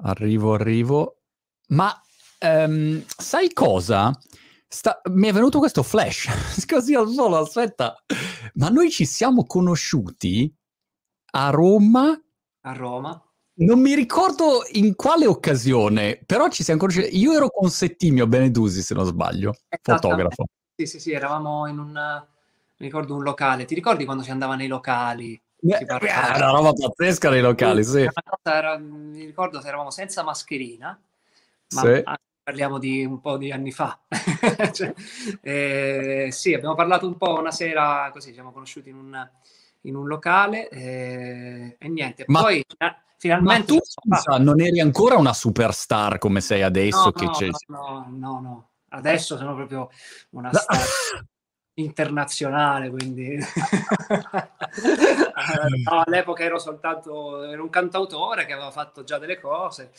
Arrivo. Ma sai cosa? Mi è venuto questo flash, così al volo, aspetta. Ma noi ci siamo conosciuti a Roma? A Roma? Non mi ricordo in quale occasione, però ci siamo conosciuti. Io ero con Settimio Benedusi, se non sbaglio, Esattamente. fotografo. Sì, eravamo in mi ricordo un locale. Ti ricordi quando si andava nei locali? Si parlava. Una roba pazzesca nei locali, sì. Mi ricordo se eravamo senza mascherina, ma Sì. parliamo di un po' di anni fa. Cioè, sì, abbiamo parlato un po' una sera così, ci siamo conosciuti in un locale e niente. Ma, Poi ma finalmente tu, scusa, non eri ancora una superstar come sei adesso? no. Adesso sono proprio una star internazionale, quindi no, all'epoca ero un cantautore che aveva fatto già delle cose.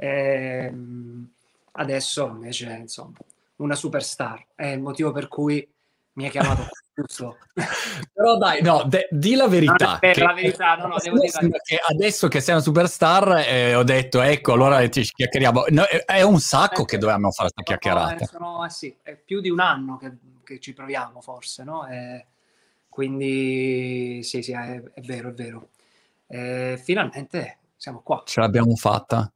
Adesso invece, insomma, una superstar. È il motivo per cui mi ha chiamato giusto. Però dai, no, di la verità. La verità, no, devo dire che adesso che sei una superstar, ho detto, ecco, allora ci chiacchieriamo. No, è un sacco che dovevamo fare questa chiacchierata. Sì, è più di un anno che ci proviamo, forse, no? Quindi sì, è vero. Finalmente siamo qua. Ce l'abbiamo fatta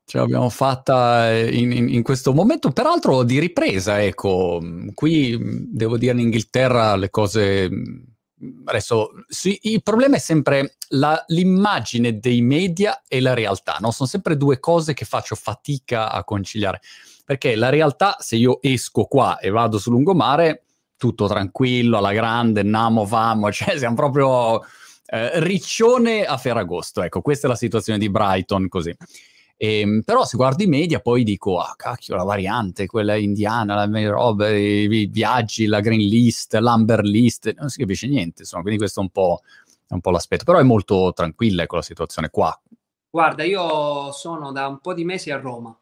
in questo momento, peraltro di ripresa, ecco. Qui devo dire in Inghilterra le cose adesso il problema è sempre l'immagine dei media e la realtà, no? Sono sempre due cose che faccio fatica a conciliare, perché la realtà, se io esco qua e vado sul lungomare, tutto tranquillo, alla grande, namo, vamo, cioè siamo proprio riccione a Ferragosto, ecco, questa è la situazione di Brighton, così. Però se guardi i media poi dico, cacchio, la variante, quella indiana, la roba, i viaggi, la green list, l'amber list, non si capisce niente, insomma, quindi questo è un po' l'aspetto, però è molto tranquilla, ecco, la situazione qua. Guarda, io sono da un po' di mesi a Roma,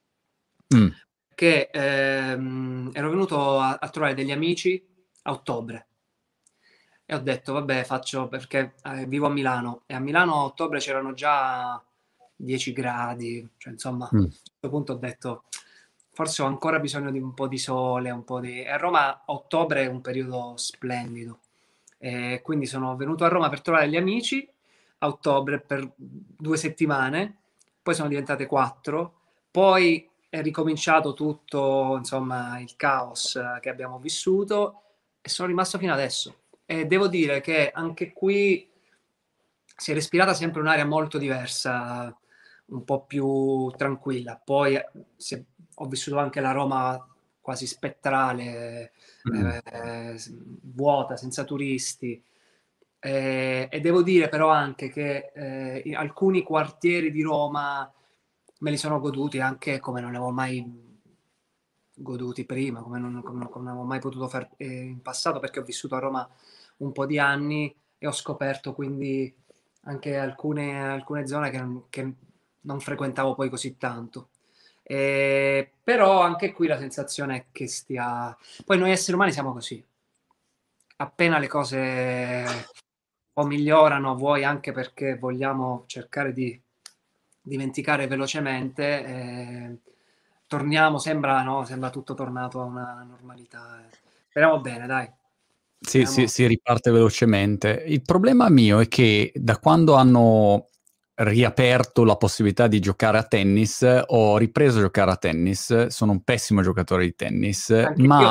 che ero venuto a trovare degli amici a ottobre. E ho detto, vabbè, faccio perché vivo a Milano e a Milano a ottobre c'erano già 10 gradi, cioè insomma, a questo punto ho detto, forse ho ancora bisogno di un po' di sole, E a Roma a ottobre è un periodo splendido. E quindi sono venuto a Roma per trovare gli amici a ottobre per 2 settimane, poi sono diventate 4, poi è ricominciato tutto, insomma, il caos che abbiamo vissuto e sono rimasto fino adesso. E devo dire che anche qui si è respirata sempre un'aria molto diversa, un po' più tranquilla. Poi ho vissuto anche la Roma quasi spettrale, vuota, senza turisti. E devo dire però anche che alcuni quartieri di Roma me li sono goduti anche come non ne avevo mai goduti prima, come non avevo mai potuto fare in passato, perché ho vissuto a Roma un po' di anni e ho scoperto quindi anche alcune zone che non frequentavo poi così tanto. Però anche qui la sensazione è che poi noi esseri umani siamo così. Appena le cose o migliorano, vuoi anche perché vogliamo cercare di dimenticare velocemente, torniamo, sembra tutto tornato a una normalità. Speriamo bene, dai. Sì, si riparte velocemente. Il problema mio è che da quando hanno riaperto la possibilità di giocare a tennis, ho ripreso a giocare a tennis, sono un pessimo giocatore di tennis, Anche ma io.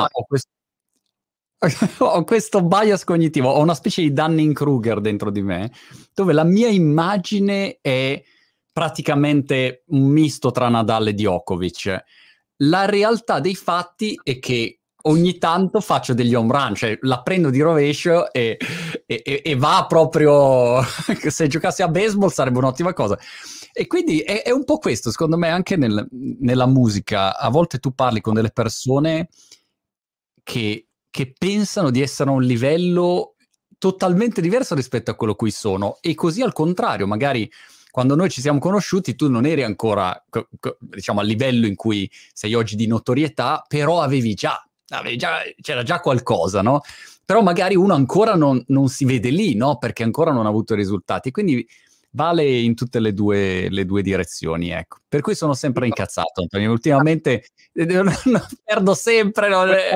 ho questo bias cognitivo, ho una specie di Dunning-Kruger dentro di me, dove la mia immagine è praticamente un misto tra Nadal e Djokovic. La realtà dei fatti è che ogni tanto faccio degli home run, cioè la prendo di rovescio e va proprio... se giocassi a baseball sarebbe un'ottima cosa. E quindi è un po' questo, secondo me, anche nella musica. A volte tu parli con delle persone che pensano di essere a un livello totalmente diverso rispetto a quello cui sono, e così al contrario, magari quando noi ci siamo conosciuti tu non eri ancora, diciamo, al livello in cui sei oggi di notorietà, però c'era già qualcosa, no? Però magari uno ancora non si vede lì, no? Perché ancora non ha avuto risultati. Quindi vale in tutte le due direzioni, ecco. Per cui sono sempre incazzato, Antonio. Ultimamente perdo sempre.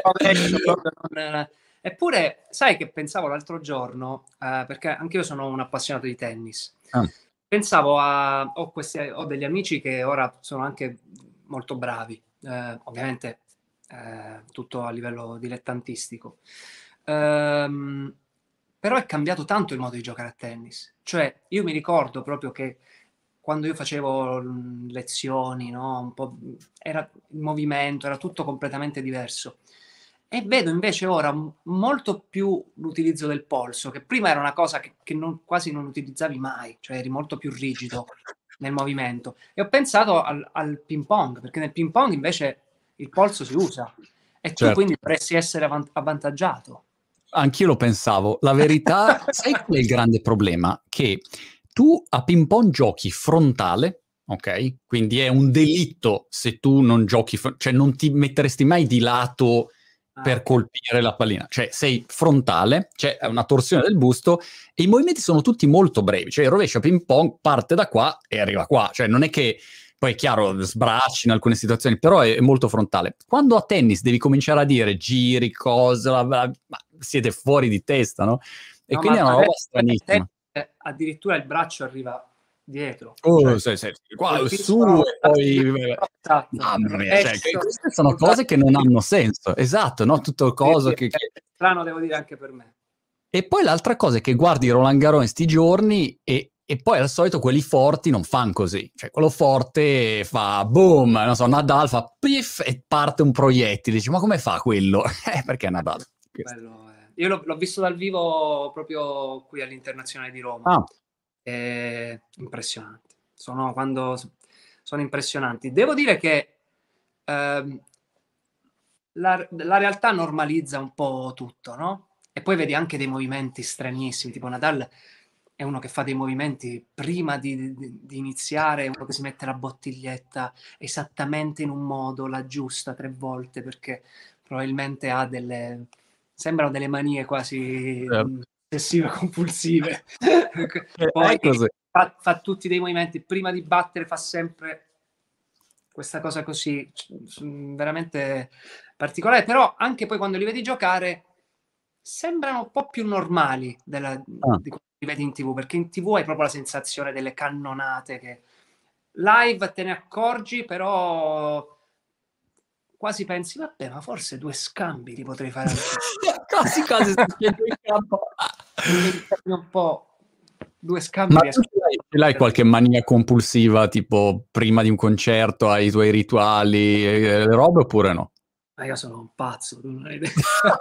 Eppure, sai che pensavo l'altro giorno, perché anche io sono un appassionato di tennis. Ah. Pensavo ho degli amici che ora sono anche molto bravi, ovviamente tutto a livello dilettantistico. Però è cambiato tanto il modo di giocare a tennis. Cioè, io mi ricordo proprio che quando io facevo lezioni, no? Un po', era il movimento, era tutto completamente diverso. E vedo invece ora molto più l'utilizzo del polso, che prima era una cosa che quasi non utilizzavi mai, cioè eri molto più rigido nel movimento. E ho pensato al ping pong, perché nel ping pong invece il polso si usa e tu quindi dovresti essere avvantaggiato. Anch'io lo pensavo. La verità, sai qual è il grande problema? Che tu a ping pong giochi frontale, ok? Quindi è un delitto se tu non giochi, cioè non ti metteresti mai di lato per colpire la pallina. Cioè sei frontale, c'è una torsione del busto e i movimenti sono tutti molto brevi. Cioè il rovescio a ping pong parte da qua e arriva qua. Cioè non è che poi è chiaro, sbracci in alcune situazioni, però è molto frontale. Quando a tennis devi cominciare a dire giri, cose, ma siete fuori di testa, no? E no, quindi è una roba stranissima. Addirittura il braccio arriva dietro. Oh, cioè, qua su e poi... Esatto. Mamma mia, cioè, queste sono cose che non hanno senso. Esatto, no? Tutto coso che... È strano, devo dire, anche per me. E poi l'altra cosa è che guardi Roland Garros in sti giorni e poi al solito quelli forti non fanno così. Cioè quello forte fa boom, non so, Nadal fa piff e parte un proiettile. Dici, ma come fa quello? Perché è Nadal. Io l'ho visto dal vivo proprio qui all'Internazionale di Roma. Ah. È impressionante. Sono impressionanti. Devo dire che la realtà normalizza un po' tutto, no? E poi vedi anche dei movimenti stranissimi, tipo Nadal è uno che fa dei movimenti prima di iniziare, uno che si mette la bottiglietta esattamente in un modo, la giusta 3 volte, perché probabilmente ha sembrano delle manie quasi ossessive compulsive. Poi fa tutti dei movimenti, prima di battere fa sempre questa cosa così veramente particolare, però anche poi quando li vedi giocare sembrano un po' più normali di quando li vedi in TV, perché in TV hai proprio la sensazione delle cannonate che live te ne accorgi, però quasi pensi, vabbè, ma forse 2 scambi li potrei fare anche. quasi in campo. Un po' 2 scambi. Ma tu ce l'hai qualche mania compulsiva, tipo prima di un concerto hai i tuoi rituali, le robe, oppure no? Ma io sono un pazzo, tu non hai idea.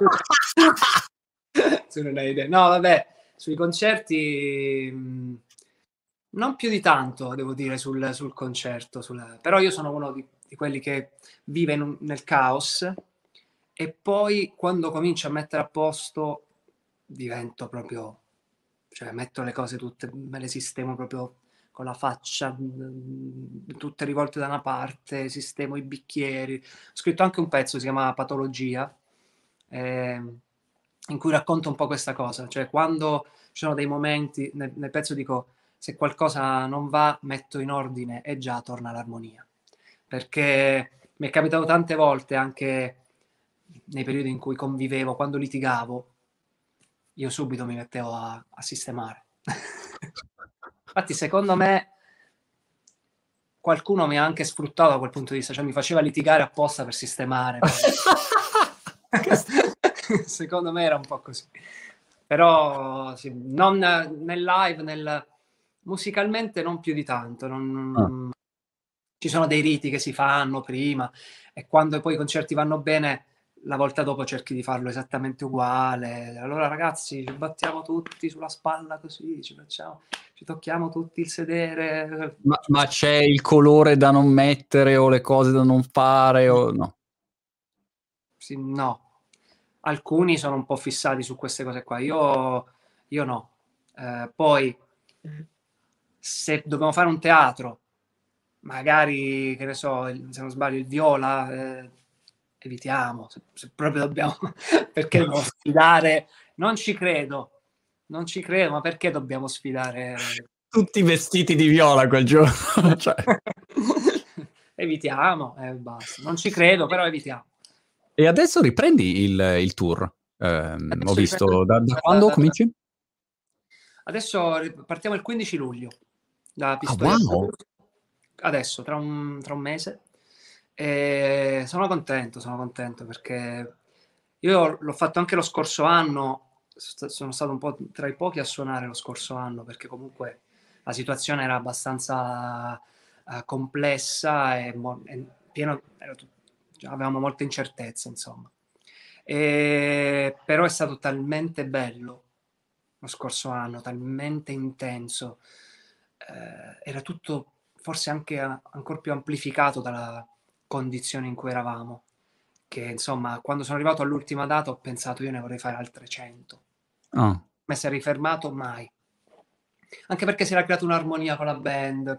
Tu non hai idea. No, vabbè, sui concerti non più di tanto, devo dire, sul concerto. Però io sono uno di quelli che vive nel caos e poi quando comincio a mettere a posto divento proprio... Cioè metto le cose tutte, me le sistemo proprio con la faccia tutte rivolte da una parte, sistemo i bicchieri. Ho scritto anche un pezzo, si chiama Patologia, in cui racconto un po' questa cosa. Cioè quando ci sono dei momenti, nel pezzo dico, se qualcosa non va, metto in ordine e già torna l'armonia. Perché mi è capitato tante volte, anche nei periodi in cui convivevo, quando litigavo, io subito mi mettevo a sistemare. Infatti, secondo me, qualcuno mi ha anche sfruttato da quel punto di vista, cioè mi faceva litigare apposta per sistemare. Secondo me era un po' così. Però sì, non nel live, musicalmente non più di tanto. Ci sono dei riti che si fanno prima e quando poi i concerti vanno bene, la volta dopo cerchi di farlo esattamente uguale. Allora ragazzi, ci battiamo tutti sulla spalla così, ci tocchiamo tutti il sedere. Ma c'è il colore da non mettere o le cose da non fare o no? Sì, no. Alcuni sono un po' fissati su queste cose qua. Io no. Poi se dobbiamo fare un teatro, magari, che ne so, se non sbaglio il viola, evitiamo, se proprio dobbiamo, perché dobbiamo sfidare, non ci credo, ma perché dobbiamo sfidare tutti vestiti di viola quel giorno. Cioè. Evitiamo e basta. Non ci credo, però evitiamo. E adesso riprendi il tour. Ho Adesso riprendo il visto da quando tour. cominci? Adesso partiamo il 15 luglio da Ah, Pistoia. wow! Adesso, tra un mese. Sono contento perché io l'ho fatto anche lo scorso anno, sono stato un po' tra i pochi a suonare lo scorso anno perché comunque la situazione era abbastanza complessa e pieno, avevamo molte incertezze, insomma. Però è stato talmente bello lo scorso anno, talmente intenso, era tutto forse anche ancora più amplificato dalla condizione in cui eravamo, che insomma quando sono arrivato all'ultima data ho pensato io ne vorrei fare altre 100. Ah, Ma si è rifermato mai. Anche perché si era creata un'armonia con la band,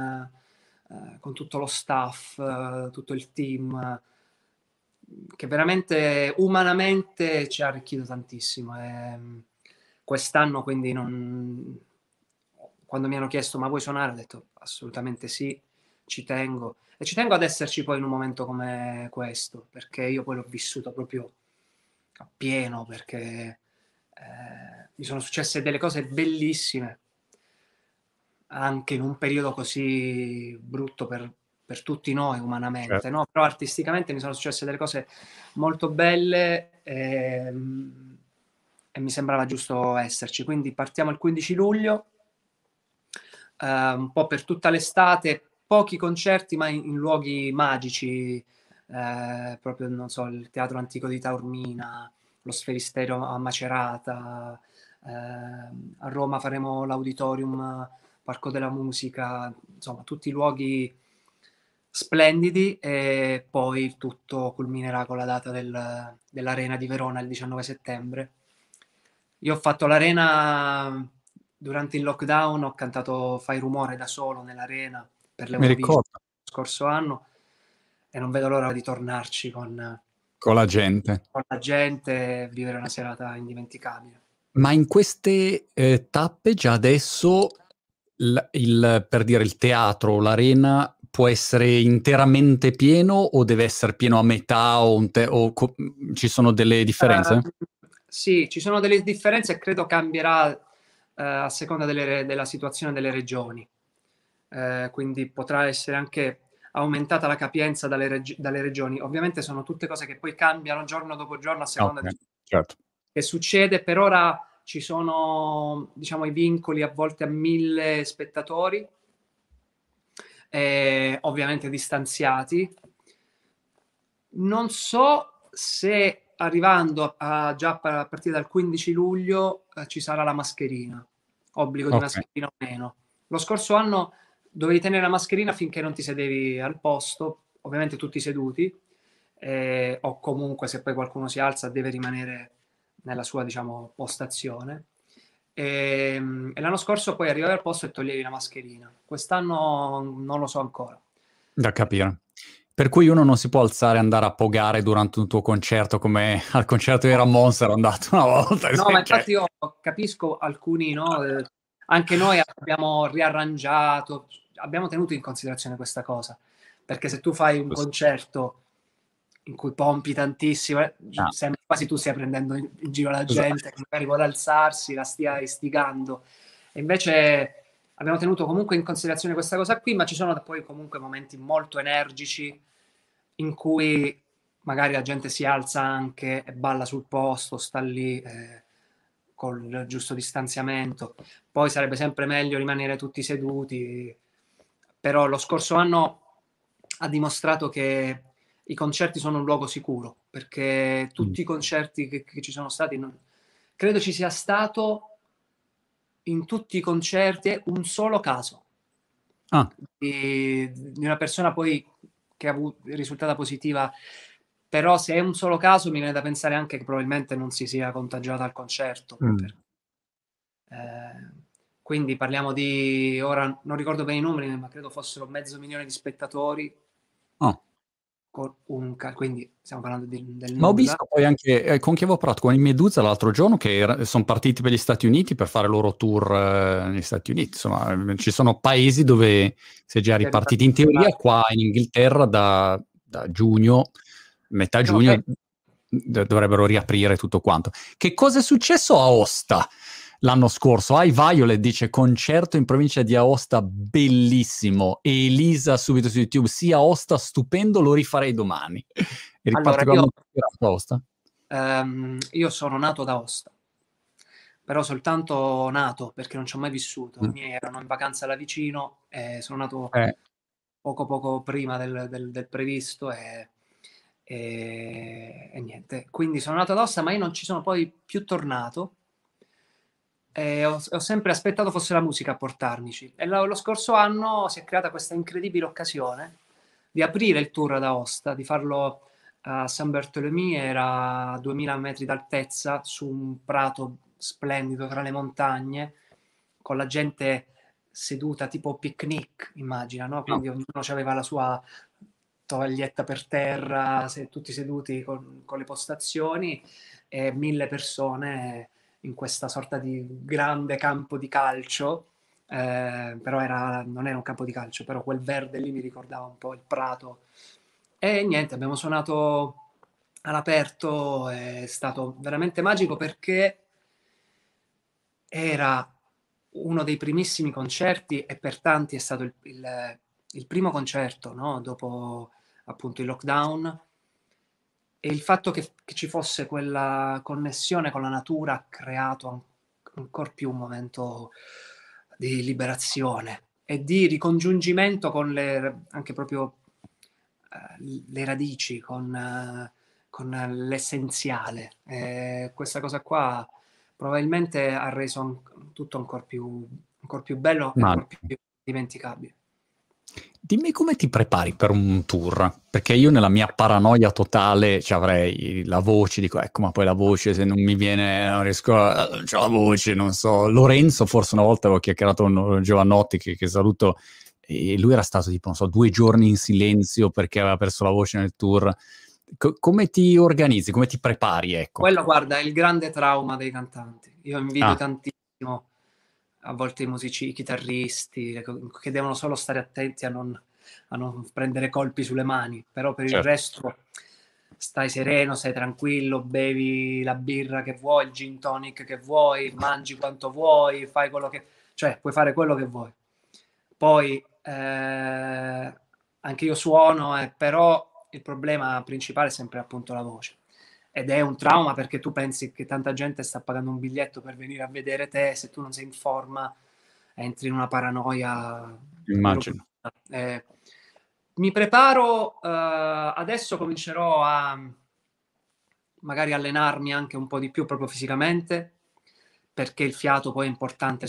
con tutto lo staff, tutto il team, che veramente umanamente ci ha arricchito tantissimo. Quest'anno quindi quando mi hanno chiesto ma vuoi suonare, ho detto assolutamente sì, ci tengo. E ci tengo ad esserci poi in un momento come questo, perché io poi l'ho vissuto proprio appieno, perché mi sono successe delle cose bellissime anche in un periodo così brutto per tutti noi umanamente, certo. no? Però artisticamente mi sono successe delle cose molto belle e mi sembrava giusto esserci. Quindi partiamo il 15 luglio, un po' per tutta l'estate, pochi concerti ma in luoghi magici, proprio non so, il Teatro Antico di Taormina, lo Sferisterio a Macerata, a Roma faremo l'Auditorium Parco della Musica, insomma tutti luoghi splendidi e poi tutto culminerà con la data dell'Arena di Verona il 19 settembre. Io ho fatto l'Arena durante il lockdown, ho cantato Fai rumore da solo nell'Arena per Mi l'Eurovision ricordo, lo scorso anno e non vedo l'ora di tornarci con la gente. con la gente e vivere una serata indimenticabile. Ma in queste tappe già adesso per dire il teatro, l'arena può essere interamente pieno o deve essere pieno a metà ci sono delle differenze? Sì, ci sono delle differenze e credo cambierà a seconda della situazione delle regioni. Quindi potrà essere anche aumentata la capienza dalle regioni. Ovviamente sono tutte cose che poi cambiano giorno dopo giorno a seconda Ok, di certo. che succede. Per ora ci sono, diciamo, i vincoli a volte a 1000 spettatori, ovviamente distanziati. Non so se arrivando già a partire dal 15 luglio ci sarà la mascherina, obbligo di Ok, mascherina o meno. Lo scorso anno dovevi tenere la mascherina finché non ti sedevi al posto, ovviamente tutti seduti, o comunque se poi qualcuno si alza deve rimanere nella sua, diciamo, postazione. E l'anno scorso poi arrivavi al posto e toglievi la mascherina. Quest'anno non lo so ancora. da capire. Per cui uno non si può alzare e andare a pogare durante un tuo concerto come al concerto di Ramones ero andato una volta. No, ma Che... infatti io capisco alcuni, no? Anche noi abbiamo riarrangiato, abbiamo tenuto in considerazione questa cosa, perché se tu fai un concerto in cui pompi tantissimo, Ah, sembra quasi tu stia prendendo in giro la esatto. gente, che magari vuole alzarsi, la stia istigando. E invece abbiamo tenuto comunque in considerazione questa cosa qui, ma ci sono poi comunque momenti molto energici in cui magari la gente si alza anche e balla sul posto, sta lì col giusto distanziamento. Poi sarebbe sempre meglio rimanere tutti seduti, però lo scorso anno ha dimostrato che i concerti sono un luogo sicuro, perché Mm. tutti i concerti che ci sono stati, credo ci sia stato in tutti i concerti un solo caso Ah, di una persona poi che ha risultata positiva, però se è un solo caso mi viene da pensare anche che probabilmente non si sia contagiata al concerto. mm. Quindi parliamo di, ora non ricordo bene i numeri, ma credo fossero 500.000 di spettatori. Oh. quindi stiamo parlando del Ma ho nulla. visto poi anche con chi avevo parlato, con i Medusa l'altro giorno, che sono partiti per gli Stati Uniti per fare il loro tour negli Stati Uniti. Insomma, ci sono paesi dove si è già Si è ripartiti. In ripartito. teoria, qua in Inghilterra, da giugno, metà No, giugno, dovrebbero riaprire tutto quanto. Che cosa è successo a Aosta l'anno scorso? Violet dice concerto in provincia di Aosta bellissimo, e Elisa subito su YouTube, sì, Aosta stupendo, lo rifarei domani. Eri allora, io, particolarmente ispirato a Aosta? io sono nato ad Aosta, però soltanto nato, perché non ci ho mai vissuto. I Mm. miei erano in vacanza là vicino e sono nato Eh, poco prima del previsto e niente. Quindi sono nato ad Aosta, ma io non ci sono poi più tornato. E ho sempre aspettato fosse la musica a portarmici. E lo scorso anno si è creata questa incredibile occasione di aprire il tour ad Aosta, di farlo a San Bartolomé, era a 2000 metri d'altezza, su un prato splendido tra le montagne, con la gente seduta tipo picnic, immagina, no? no. Quindi ognuno aveva la sua tovaglietta per terra, tutti seduti con le postazioni e 1000 persone in questa sorta di grande campo di calcio, però non era un campo di calcio, però quel verde lì mi ricordava un po' il prato. E niente, abbiamo suonato all'aperto, è stato veramente magico perché era uno dei primissimi concerti e per tanti è stato il primo concerto, no? Dopo appunto il lockdown, e il fatto che ci fosse quella connessione con la natura ha creato ancora più un momento di liberazione e di ricongiungimento con anche proprio le radici, con l'essenziale. Questa cosa qua probabilmente ha reso tutto ancora più bello e ancora più Immagino. dimenticabile. Dimmi come ti prepari per un tour, perché io nella mia paranoia totale ci avrei la voce, dico ecco, ma poi la voce se non mi viene, non riesco a... non c'ho la voce, non so. Lorenzo forse una volta avevo chiacchierato con Giovannotti, che saluto, e lui era stato tipo, non so, 2 giorni in silenzio perché aveva perso la voce nel tour. Come ti organizzi, come ti prepari, ecco? Quello, guarda, è il grande trauma dei cantanti. Io invidio Ah, tantissimo a volte i chitarristi che devono solo stare attenti a non prendere colpi sulle mani, però per il certo. resto stai sereno, stai tranquillo, bevi la birra che vuoi, il gin tonic che vuoi, mangi quanto vuoi, fai quello che... cioè puoi fare quello che vuoi. Poi anche io suono, però il problema principale è sempre appunto la voce. Ed è un trauma perché tu pensi che tanta gente sta pagando un biglietto per venire a vedere te, se tu non sei in forma entri in una paranoia davvero Immagino. brutta. Mi preparo, adesso comincerò a magari allenarmi anche un po' di più proprio fisicamente, perché il fiato poi è importante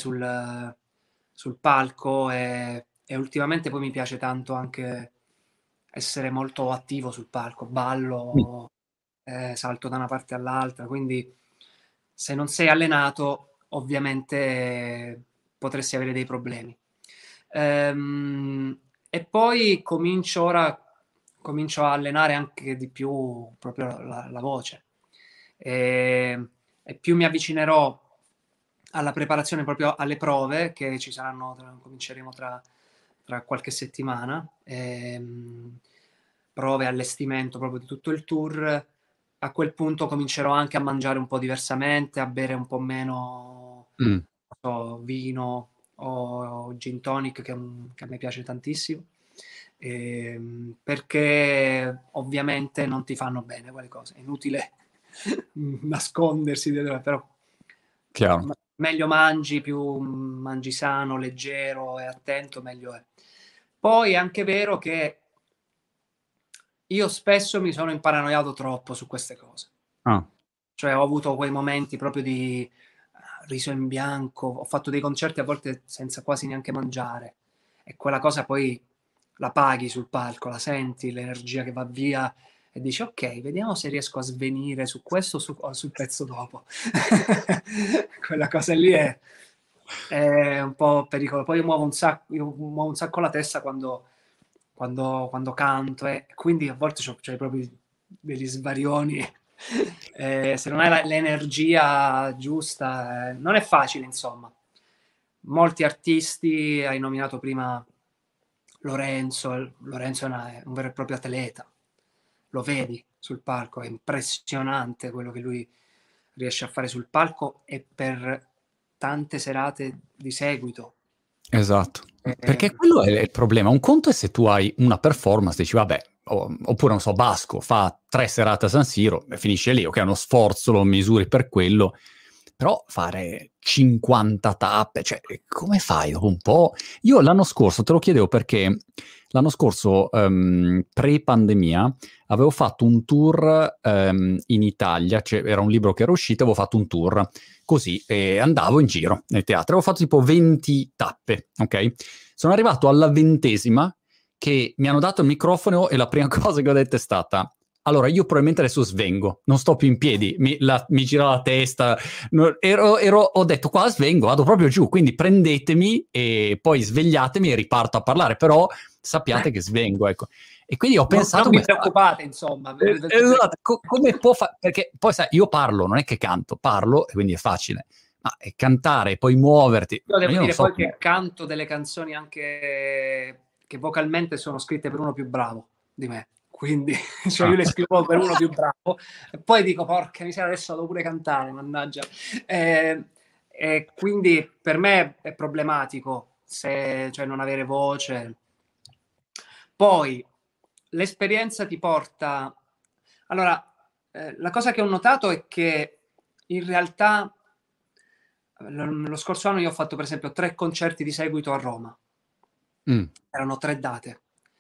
sul palco e ultimamente poi mi piace tanto anche essere molto attivo sul palco, Mm. ballo, salto da una parte all'altra, quindi se non sei allenato ovviamente potresti avere dei problemi. E poi comincio a allenare anche di più proprio la voce e più mi avvicinerò alla preparazione proprio alle prove che ci saranno, cominceremo tra qualche settimana, prove, allestimento proprio di tutto il tour. A quel punto comincerò anche a mangiare un po' diversamente, a bere un po' meno Mm. so, vino o gin tonic che a me piace tantissimo, perché ovviamente non ti fanno bene quelle cose, è inutile nascondersi dietro, però Chiaro. meglio mangi, più mangi sano, leggero e attento, meglio è. Poi è anche vero che io spesso mi sono imparanoiato troppo su queste cose. Ah. Cioè ho avuto quei momenti proprio di riso in bianco, ho fatto dei concerti a volte senza quasi neanche mangiare e quella cosa poi la paghi sul palco, la senti, l'energia che va via e dici ok, vediamo se riesco a svenire su questo o sul pezzo dopo. Quella cosa lì è un po' pericolosa. Poi io muovo un sacco la testa quando quando canto, e quindi a volte c'ho proprio degli svarioni. Se non hai l'energia giusta, non è facile, insomma. Molti artisti, hai nominato prima Lorenzo. Lorenzo è un vero e proprio atleta, lo vedi sul palco, è impressionante quello che lui riesce a fare sul palco e per tante serate di seguito. Esatto, perché quello è il problema. Un conto è se tu hai una performance, dici vabbè, oppure non so, Basco fa 3 serate a San Siro e finisce lì, ok, è uno sforzo, lo misuri per quello, però fare 50 tappe, cioè come fai dopo un po'? Io l'anno scorso te lo chiedevo perché l'anno scorso, pre-pandemia, avevo fatto un tour in Italia, cioè era un libro che era uscito, avevo fatto un tour così, e andavo in giro nel teatro, avevo fatto tipo 20 tappe, ok? Sono arrivato alla 20ª che mi hanno dato il microfono e la prima cosa che ho detto è stata: allora io probabilmente adesso svengo, non sto più in piedi, mi gira la testa, ho detto qua svengo, vado proprio giù, quindi prendetemi e poi svegliatemi e riparto a parlare, però sappiate che svengo, ecco. E quindi ho pensato... Non vi preoccupate, insomma. Esatto, come può fare? Perché poi sai, io parlo, non è che canto, parlo e quindi è facile, ma cantare, poi muoverti... Io devo dire so poi che canto delle canzoni anche che vocalmente sono scritte per uno più bravo di me, quindi cioè io le scrivo per uno più bravo e poi dico porca miseria, adesso devo pure cantare, mannaggia. E quindi per me è problematico cioè non avere voce. Poi l'esperienza ti porta... Allora, la cosa che ho notato è che in realtà lo scorso anno io ho fatto per esempio 3 concerti di seguito a Roma. Erano 3 date.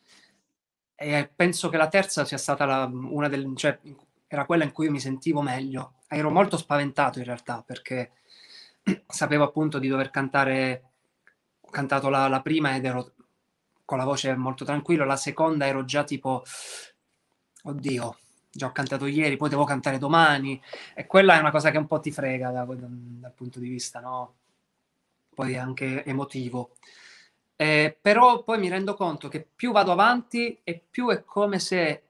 E penso che la terza sia stata una cioè, era quella in cui mi sentivo meglio. Ero molto spaventato in realtà perché sapevo appunto di dover cantare. Ho cantato la prima ed ero con la voce molto tranquillo, la seconda ero già tipo oddio, già ho cantato ieri, poi devo cantare domani, e quella è una cosa che un po' ti frega dal punto di vista, no? Poi anche emotivo. Però poi mi rendo conto che più vado avanti e più è come se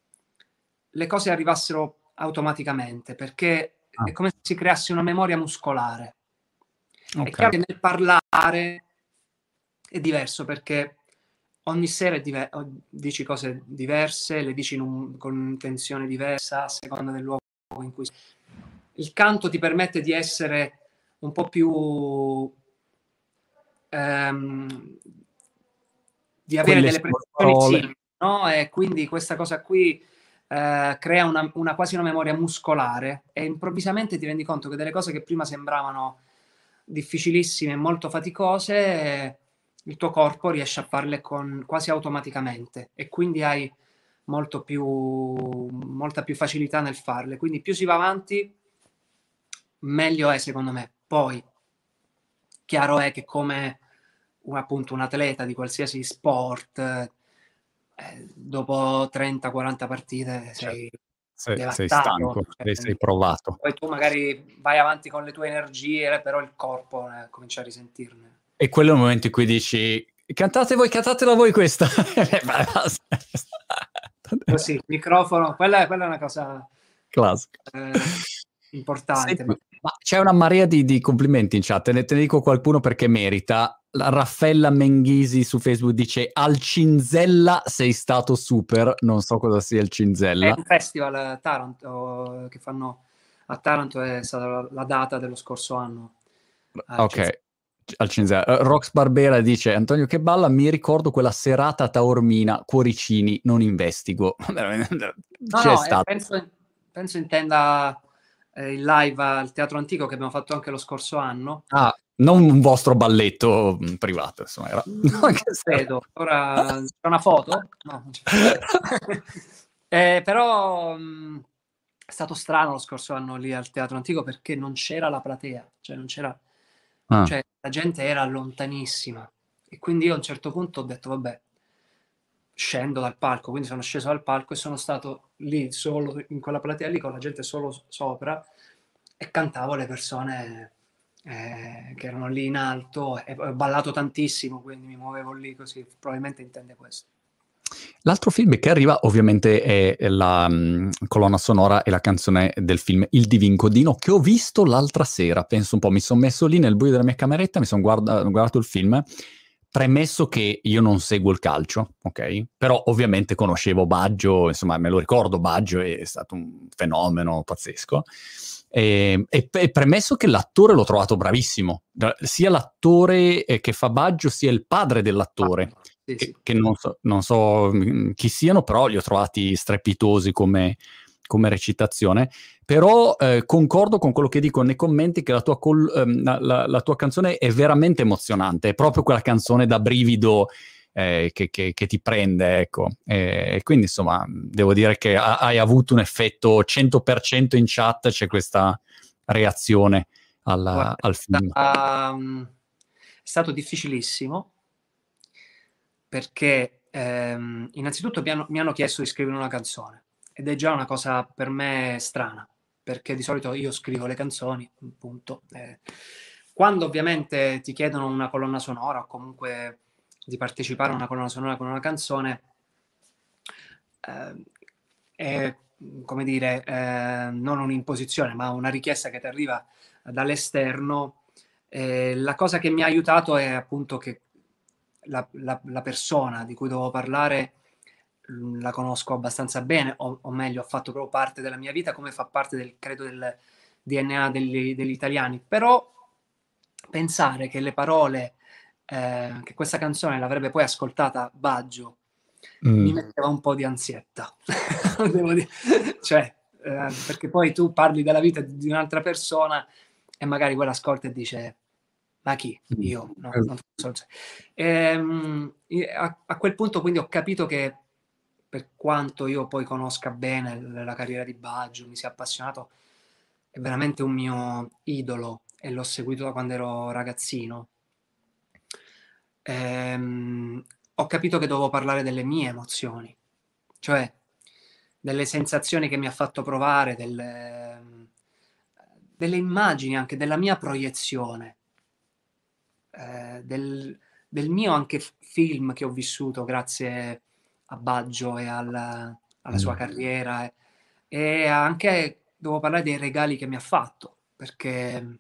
le cose arrivassero automaticamente, perché è come se si creasse una memoria muscolare. Okay. È chiaro che nel parlare è diverso, perché ogni sera dici cose diverse, le dici con un'intenzione diversa a seconda del luogo in cui sei. Il canto ti permette di essere un po' più di avere delle pressioni simili, no? E quindi questa cosa qui crea quasi una memoria muscolare, e improvvisamente ti rendi conto che delle cose che prima sembravano difficilissime e molto faticose, il tuo corpo riesce a farle quasi automaticamente, e quindi hai molta più facilità nel farle. Quindi più si va avanti, meglio è secondo me. Poi chiaro è che come appunto un atleta di qualsiasi sport, dopo 30-40 partite sei sei devastato. stanco, sei provato. Poi tu magari vai avanti con le tue energie, però il corpo comincia a risentirne. E quello è il momento in cui dici: cantatela voi questa. Così, microfono, quella è una cosa classica. importante. Senti, ma c'è una marea di complimenti in chat, te ne dico qualcuno perché merita. La Raffaella Menghisi su Facebook dice: al Cinzella sei stato super. Non so cosa sia il Cinzella. È un festival Taranto che fanno a Taranto, è stata la data dello scorso anno. Ok, al Cinzella. Rox Barbera dice: Antonio che balla, mi ricordo quella serata a Taormina, cuoricini, non investigo. C'è stato. Penso intenda il live al Teatro Antico che abbiamo fatto anche lo scorso anno. Ah, non un vostro balletto privato, insomma. Era... Non credo. Ora c'è una foto? No, non c'è. Però è stato strano lo scorso anno lì al Teatro Antico, perché non c'era la platea, cioè non c'era, cioè la gente era lontanissima, e quindi io a un certo punto ho detto vabbè, scendo dal palco, quindi sono sceso dal palco e sono stato lì solo in quella platea lì con la gente solo sopra, e cantavo le persone che erano lì in alto, e ho ballato tantissimo, quindi mi muovevo lì così, probabilmente intende questo. L'altro film che arriva ovviamente è la colonna sonora e la canzone del film Il Divincodino, che ho visto l'altra sera, penso un po', mi sono messo lì nel buio della mia cameretta, mi sono guardato il film, premesso che io non seguo il calcio, ok? Però ovviamente conoscevo Baggio, insomma me lo ricordo, Baggio è stato un fenomeno pazzesco. E premesso che l'attore l'ho trovato bravissimo, sia l'attore che fa Baggio sia il padre dell'attore, Sì, sì. che non so chi siano, però li ho trovati strepitosi come recitazione. Però concordo con quello che dico nei commenti, che la tua canzone è veramente emozionante, è proprio quella canzone da brivido che ti prende, ecco. Quindi insomma devo dire che hai avuto un effetto 100% in chat, c'è questa reazione Guarda, al film. è stato difficilissimo perché innanzitutto mi hanno chiesto di scrivere una canzone ed è già una cosa per me strana, perché di solito io scrivo le canzoni, appunto. Quando ovviamente ti chiedono una colonna sonora o comunque di partecipare a una colonna sonora con una canzone, è, come dire, non un'imposizione, ma una richiesta che ti arriva dall'esterno. La cosa che mi ha aiutato è appunto che la persona di cui dovevo parlare la conosco abbastanza bene, o meglio, ha fatto proprio parte della mia vita, come fa parte credo, del DNA degli italiani. Però pensare che le parole, che questa canzone l'avrebbe poi ascoltata Baggio, mi metteva un po' di ansietta. Devo dire. Cioè, perché poi tu parli della vita di un'altra persona e magari quella ascolta e dice: ma chi? Io? No, non so. A quel punto quindi ho capito che, per quanto io poi conosca bene la carriera di Baggio, mi sia appassionato, è veramente un mio idolo e l'ho seguito da quando ero ragazzino. Ho capito che dovevo parlare delle mie emozioni, cioè delle sensazioni che mi ha fatto provare, delle immagini anche, della mia proiezione, del mio anche film che ho vissuto grazie a Baggio e alla sua carriera, e anche dovevo parlare dei regali che mi ha fatto, perché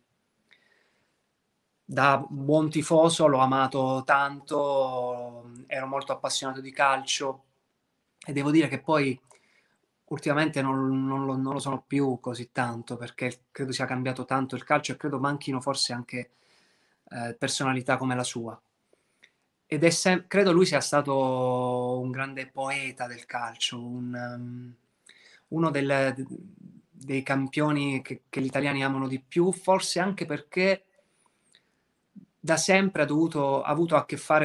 da buon tifoso l'ho amato tanto, ero molto appassionato di calcio e devo dire che poi ultimamente non lo sono più così tanto, perché credo sia cambiato tanto il calcio e credo manchino forse anche personalità come la sua. Ed credo lui sia stato un grande poeta del calcio, uno dei campioni che gli italiani amano di più, forse anche perché da sempre ha avuto a che fare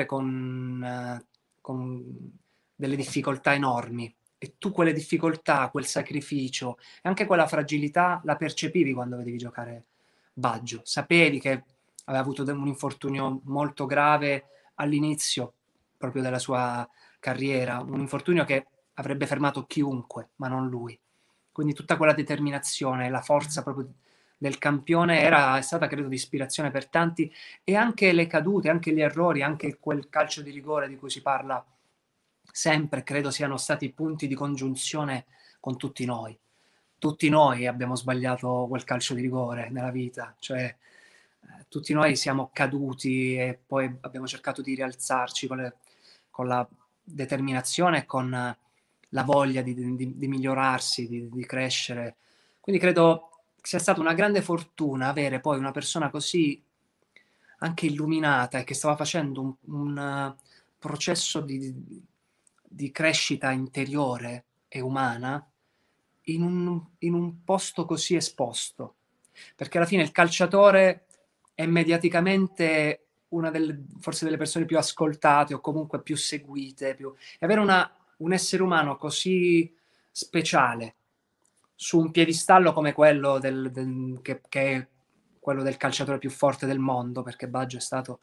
con delle difficoltà enormi, e tu quelle difficoltà, quel sacrificio e anche quella fragilità la percepivi quando vedevi giocare Baggio. Sapevi che aveva avuto un infortunio molto grave all'inizio proprio della sua carriera, un infortunio che avrebbe fermato chiunque, ma non lui. Quindi tutta quella determinazione, la forza proprio del campione è stata, credo, di ispirazione per tanti, e anche le cadute, anche gli errori, anche quel calcio di rigore di cui si parla sempre, credo siano stati punti di congiunzione con tutti noi. Tutti noi abbiamo sbagliato quel calcio di rigore nella vita, cioè tutti noi siamo caduti e poi abbiamo cercato di rialzarci con la determinazione e con la voglia di migliorarsi, di crescere. Quindi credo sia stata una grande fortuna avere poi una persona così anche illuminata e che stava facendo un processo di crescita interiore e umana in un posto così esposto. Perché alla fine il calciatore è mediaticamente una forse delle persone più ascoltate o comunque più seguite, e avere un essere umano così speciale su un piedistallo come quello che è quello del calciatore più forte del mondo, perché Baggio è stato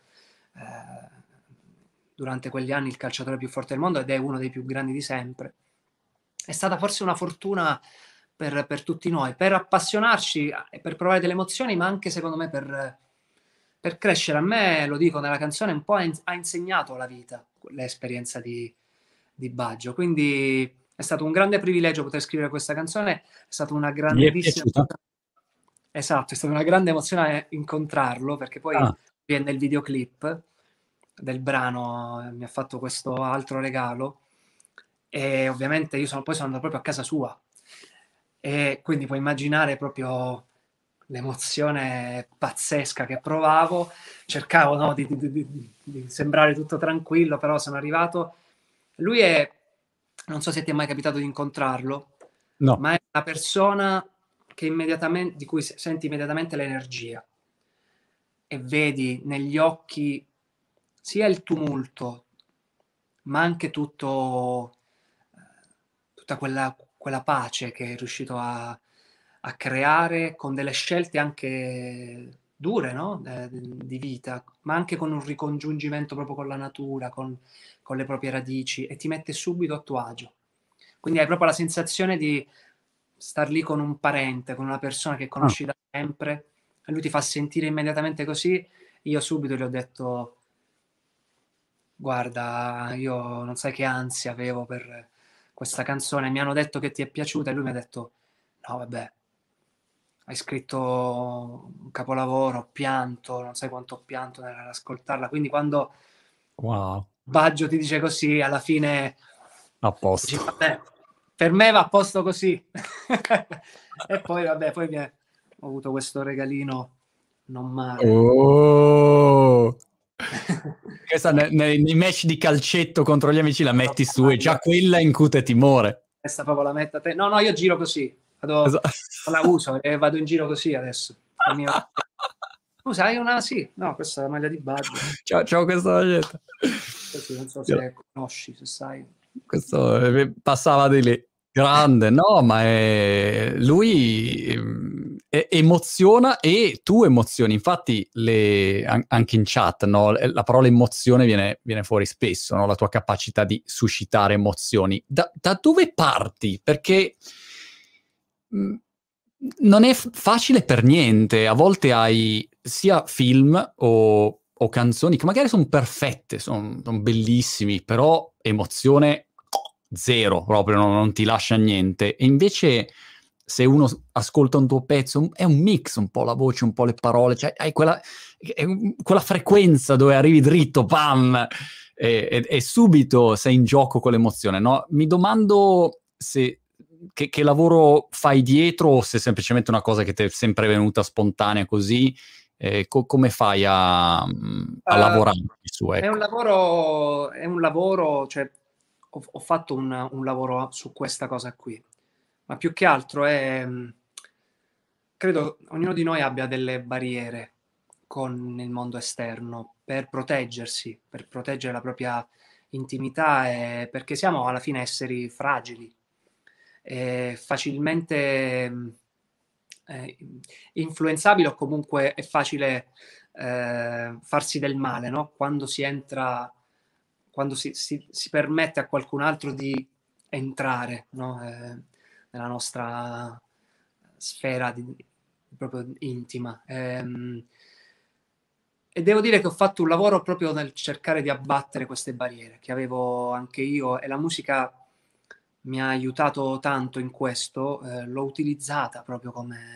durante quegli anni il calciatore più forte del mondo ed è uno dei più grandi di sempre. È stata forse una fortuna per tutti noi, per appassionarci e per provare delle emozioni, ma anche secondo me per crescere. A me, lo dico nella canzone, un po' ha insegnato la vita, l'esperienza di Baggio. Quindi è stato un grande privilegio poter scrivere questa canzone, è stata una Ti è grandissima... piaciuta? Esatto, è stata una grande emozione incontrarlo, perché poi Ah, nel videoclip del brano mi ha fatto questo altro regalo e ovviamente poi sono andato proprio a casa sua e quindi puoi immaginare proprio l'emozione pazzesca che provavo. Cercavo, no, di sembrare tutto tranquillo, però sono arrivato. Lui è, non so se ti è mai capitato di incontrarlo, no. ma è una persona che immediatamente, di cui senti immediatamente l'energia e vedi negli occhi sia il tumulto, ma anche tutta quella pace che è riuscito a creare con delle scelte anche dure, no? Di vita, ma anche con un ricongiungimento proprio con la natura, con le proprie radici e ti mette subito a tuo agio. Quindi hai proprio la sensazione di star lì con un parente, con una persona che Ah. conosci da sempre, e lui ti fa sentire immediatamente così. Io subito gli ho detto: guarda, io non sai che ansia avevo per questa canzone, mi hanno detto che ti è piaciuta e lui mi ha detto, no vabbè, hai scritto un capolavoro, ho pianto, non sai quanto ho pianto nell'ascoltarla, quindi quando Wow, Baggio ti dice così, alla fine a dici, posto. vabbè, per me va a posto così. E poi, vabbè, ho avuto questo regalino non male. Oh! Questa nei match di calcetto contro gli amici la metti su e già quella incute timore. Questa proprio la metto a te. No, no, io giro così. Esa Non la uso e vado in giro così adesso. Scusa, hai una... Sì, no, questa è la maglia di Baggio. c'ho questa maglietta. Così, non so Io se conosci, se sai. questo passava di lì. Grande, no, ma lui emoziona e tu emozioni. Infatti, anche in chat, no, la parola emozione viene fuori spesso, no? La tua capacità di suscitare emozioni. Da dove parti? Perché non è facile per niente. A volte hai sia film o canzoni che magari sono perfette, sono bellissimi, però emozione zero, proprio non ti lascia niente. E invece se uno ascolta un tuo pezzo, è un mix, un po' la voce, un po' le parole, cioè hai quella frequenza dove arrivi dritto, pam, e subito sei in gioco con l'emozione, no? Mi domando se che lavoro fai dietro o se è semplicemente una cosa che ti è sempre venuta spontanea così, come fai a Uh, lavorare su, ecco. è un lavoro, cioè ho fatto un lavoro su questa cosa qui, ma più che altro è, credo ognuno di noi abbia delle barriere con il mondo esterno per proteggersi, per proteggere la propria intimità, e perché siamo alla fine esseri fragili, facilmente eh, influenzabili o comunque è facile farsi del male, no? Quando si entra, quando si permette a qualcun altro di entrare, no? Nella nostra sfera proprio intima. E devo dire che ho fatto un lavoro proprio nel cercare di abbattere queste barriere che avevo anche io, e la musica mi ha aiutato tanto in questo, l'ho utilizzata proprio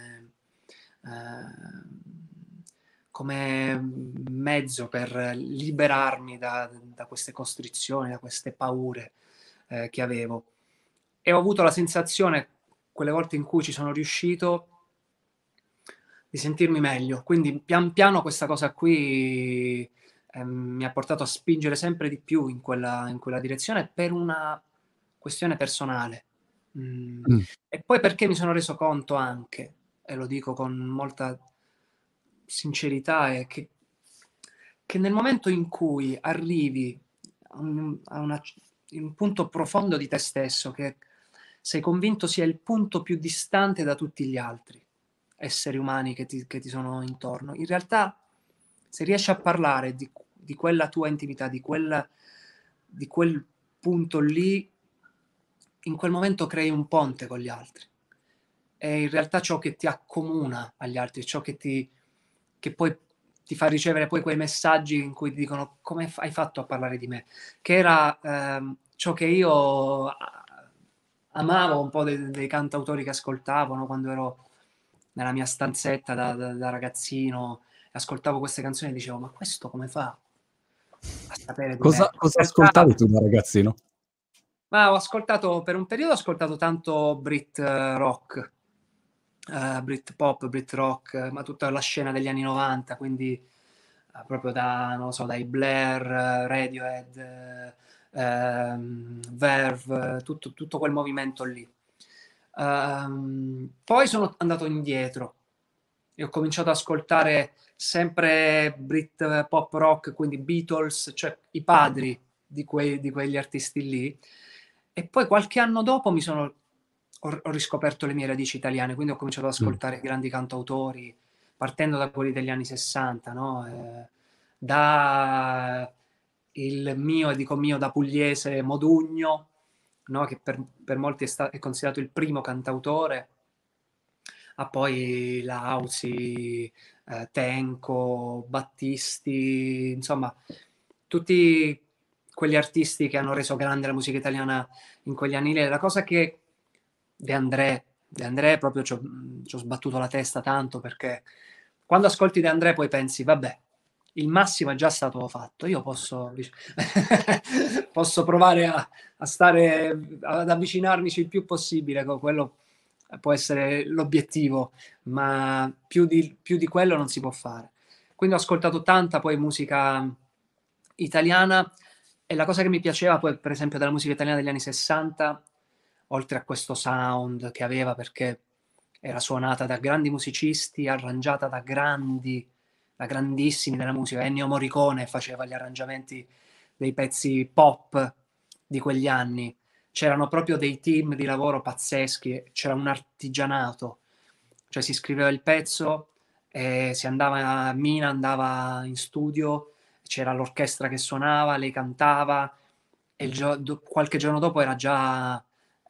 come mezzo per liberarmi da queste costrizioni, da queste paure che avevo. E ho avuto la sensazione, quelle volte in cui ci sono riuscito, di sentirmi meglio. Quindi pian piano questa cosa qui mi ha portato a spingere sempre di più in quella direzione per una questione personale. Mm. Mm. E poi perché mi sono reso conto anche, e lo dico con molta sincerità, è che nel momento in cui arrivi in un punto profondo di te stesso, che sei convinto sia il punto più distante da tutti gli altri esseri umani che ti sono intorno, in realtà se riesci a parlare di quella tua intimità, di quel punto lì, in quel momento crei un ponte con gli altri. È in realtà ciò che ti accomuna agli altri, ciò che poi ti fa ricevere poi quei messaggi in cui ti dicono come hai fatto a parlare di me, che era ciò che io amavo un po' dei cantautori che ascoltavo, no? Quando ero nella mia stanzetta da ragazzino, ascoltavo queste canzoni e dicevo, ma questo come fa a sapere di me? Cosa In realtà, ascoltavi tu da ragazzino? ma ho ascoltato, per un periodo ho ascoltato tanto Brit rock, Brit pop, Brit rock, ma tutta la scena degli anni 90, quindi proprio non lo so, dai Blair, Radiohead, Verve, tutto quel movimento lì. Poi sono andato indietro e ho cominciato ad ascoltare sempre Brit pop rock, quindi Beatles, cioè i padri di quegli artisti lì. E poi qualche anno dopo ho riscoperto le mie radici italiane, quindi ho cominciato ad ascoltare grandi cantautori, partendo da quelli degli anni 60, no? Da il mio, e dico mio, da pugliese Modugno, no? Che per molti è considerato il primo cantautore, a poi Lauzi, Tenco, Battisti, insomma, tutti quegli artisti che hanno reso grande la musica italiana in quegli anni lì. La cosa che De André proprio ci ho sbattuto la testa tanto, perché quando ascolti De André poi pensi, vabbè, il massimo è già stato fatto, io posso, posso provare a stare, ad avvicinarmici il più possibile, quello può essere l'obiettivo, ma più di quello non si può fare. Quindi ho ascoltato tanta poi musica italiana, e la cosa che mi piaceva poi, per esempio, della musica italiana degli anni 60, oltre a questo sound che aveva, perché era suonata da grandi musicisti, arrangiata da grandissimi della musica. Ennio Morricone faceva gli arrangiamenti dei pezzi pop di quegli anni. C'erano proprio dei team di lavoro pazzeschi, c'era un artigianato, cioè si scriveva il pezzo e si andava, Mina andava in studio, c'era l'orchestra che suonava, lei cantava, e qualche giorno dopo era già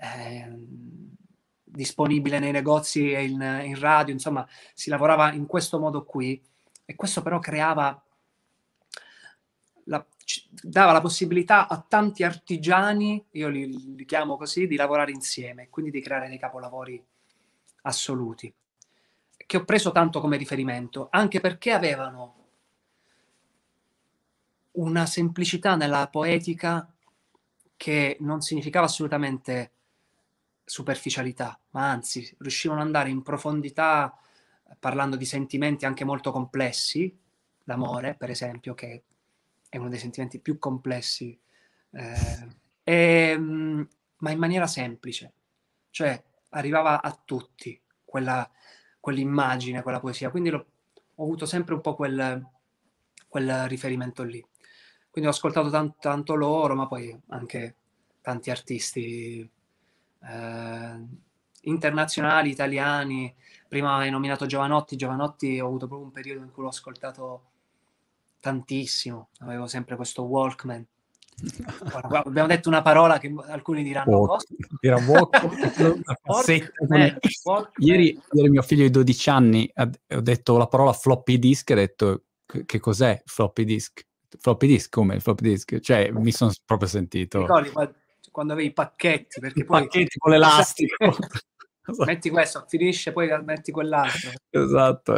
disponibile nei negozi e in radio, insomma, si lavorava in questo modo qui, e questo però dava la possibilità a tanti artigiani, io li chiamo così, di lavorare insieme, quindi di creare dei capolavori assoluti, che ho preso tanto come riferimento, anche perché avevano una semplicità nella poetica che non significava assolutamente superficialità, ma anzi riuscivano ad andare in profondità, parlando di sentimenti anche molto complessi, l'amore per esempio, che è uno dei sentimenti più complessi, ma in maniera semplice, cioè arrivava a tutti quell'immagine, quella poesia, quindi ho avuto sempre un po' quel riferimento lì. Quindi ho ascoltato tanto loro, ma poi anche tanti artisti internazionali, italiani. Prima hai nominato Giovanotti ho avuto proprio un periodo in cui l'ho ascoltato tantissimo, avevo sempre questo Walkman. Ora, abbiamo detto una parola che alcuni diranno cosa? Era Walkman, ieri mio figlio di 12 anni ho detto la parola floppy disk e ho detto che cos'è floppy disk? Floppy disk come il floppy disk? Cioè mi sono proprio sentito... Ricordi quando avevi i pacchetti, perché poi pacchetti con l'elastico. Metti questo, finisce, poi metti quell'altro. Esatto.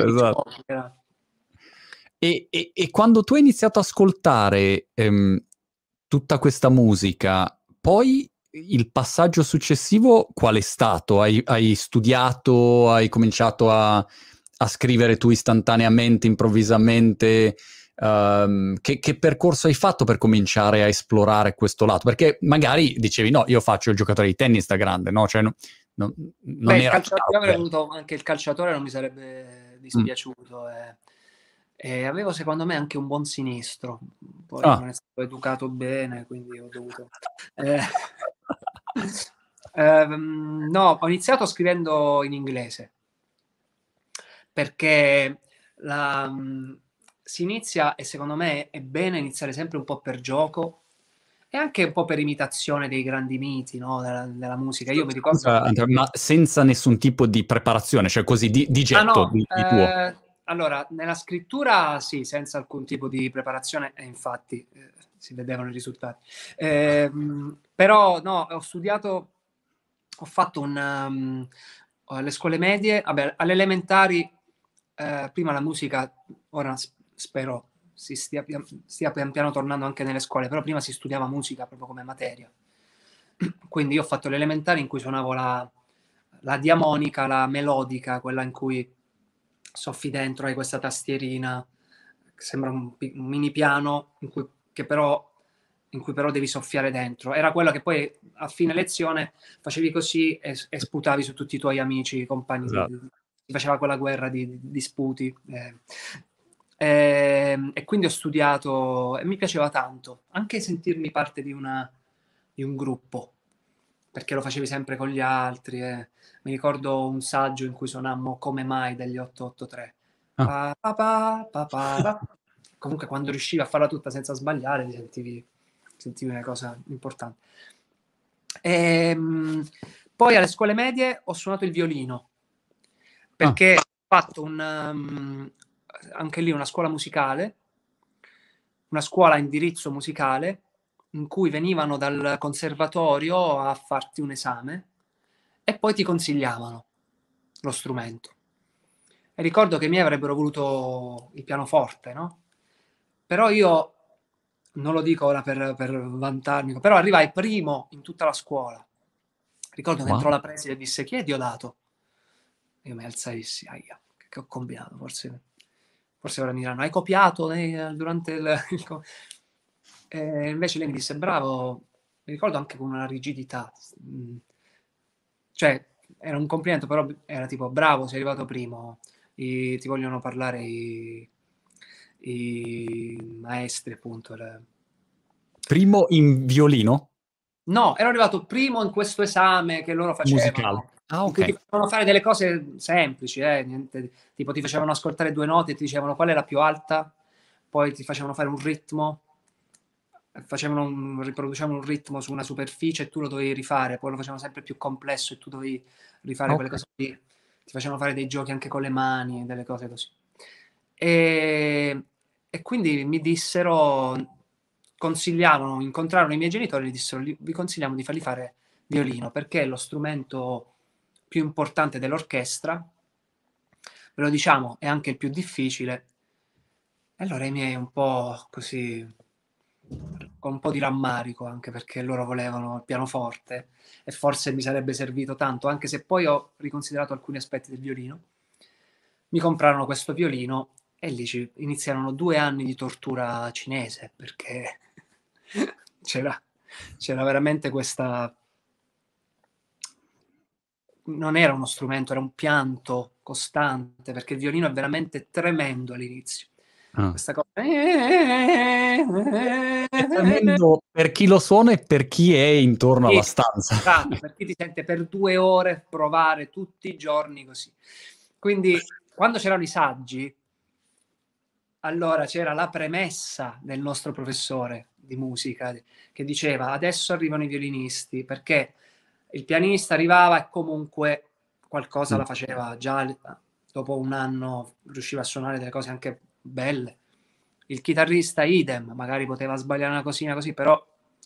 E quando tu hai iniziato ad ascoltare tutta questa musica, poi il passaggio successivo qual è stato? Hai studiato, hai cominciato a scrivere tu istantaneamente, improvvisamente? Che percorso hai fatto per cominciare a esplorare questo lato? Perché magari dicevi no, io faccio il giocatore di tennis da grande, no? Cioè, non era io avrei voluto anche il calciatore, non mi sarebbe dispiaciuto. E avevo secondo me anche un buon sinistro, poi non è stato educato bene, quindi ho dovuto... no, ho iniziato scrivendo in inglese, perché si inizia, e secondo me è bene iniziare sempre un po' per gioco, e anche un po' per imitazione dei grandi miti, no? della musica. Io mi ricordo... ma senza nessun tipo di preparazione, cioè così di getto, no, di tuo. allora, nella scrittura sì, senza alcun tipo di preparazione, e infatti si vedevano i risultati. Però no, ho studiato, ho fatto alle scuole medie, vabbè, alle elementari, prima la musica, ora spero stia pian piano tornando anche nelle scuole, però prima si studiava musica proprio come materia. Quindi io ho fatto le elementari in cui suonavo la diamonica, la melodica, quella in cui soffi dentro, hai questa tastierina, che sembra un mini piano, in cui però devi soffiare dentro. Era quella che poi a fine lezione facevi così e sputavi su tutti i tuoi amici, compagni. Esatto. Si faceva quella guerra di sputi. E quindi ho studiato e mi piaceva tanto, anche sentirmi parte di un gruppo, perché lo facevi sempre con gli altri. Mi ricordo un saggio in cui suonammo Come mai degli 883. Ah. Comunque quando riuscivi a farla tutta senza sbagliare ti sentivi una cosa importante. Poi alle scuole medie ho suonato il violino, perché ho fatto anche lì una scuola musicale, una scuola a indirizzo musicale, in cui venivano dal conservatorio a farti un esame e poi ti consigliavano lo strumento. E ricordo che i miei avrebbero voluto il pianoforte, no? Però io, non lo dico ora per vantarmi, però arrivai primo in tutta la scuola. Ricordo che entrò la preside e disse: chi è Diodato? Io mi alzai e dissi: aia, che ho combinato? Forse ora mi diranno: hai copiato durante invece lei mi disse: bravo. Mi ricordo anche con una rigidità, cioè era un complimento, però era tipo: bravo, sei arrivato primo, ti vogliono parlare i maestri, appunto. Primo in violino? No, ero arrivato primo in questo esame che loro Musicale. facevano, Ah, in cui ti ok. facevano fare delle cose semplici, niente, tipo ti facevano ascoltare 2 note e ti dicevano qual è la più alta, poi ti facevano fare un ritmo, riproducevano un ritmo su una superficie e tu lo dovevi rifare, poi lo facevano sempre più complesso e tu dovevi rifare quelle cose lì. Ti facevano fare dei giochi anche con le mani, delle cose così. E quindi mi dissero, incontrarono i miei genitori e mi dissero: vi consigliamo di fargli fare violino, perché è lo strumento più importante dell'orchestra, ve lo diciamo, è anche il più difficile. E allora i miei un po' così, con un po' di rammarico, anche perché loro volevano il pianoforte e forse mi sarebbe servito tanto, anche se poi ho riconsiderato alcuni aspetti del violino. Mi comprarono questo violino e lì iniziarono 2 anni di tortura cinese, perché c'era veramente questa... Non era uno strumento, era un pianto costante, perché il violino è veramente tremendo all'inizio. Questa cosa... È tremendo per chi lo suona e per chi è intorno alla stanza. Esatto, per chi ti sente per 2 ore provare tutti i giorni così. Quindi quando c'erano i saggi, allora c'era la premessa del nostro professore di musica che diceva: adesso arrivano i violinisti, perché il pianista arrivava e comunque qualcosa la faceva già, dopo un anno riusciva a suonare delle cose anche belle. Il chitarrista idem, magari poteva sbagliare una cosina così, però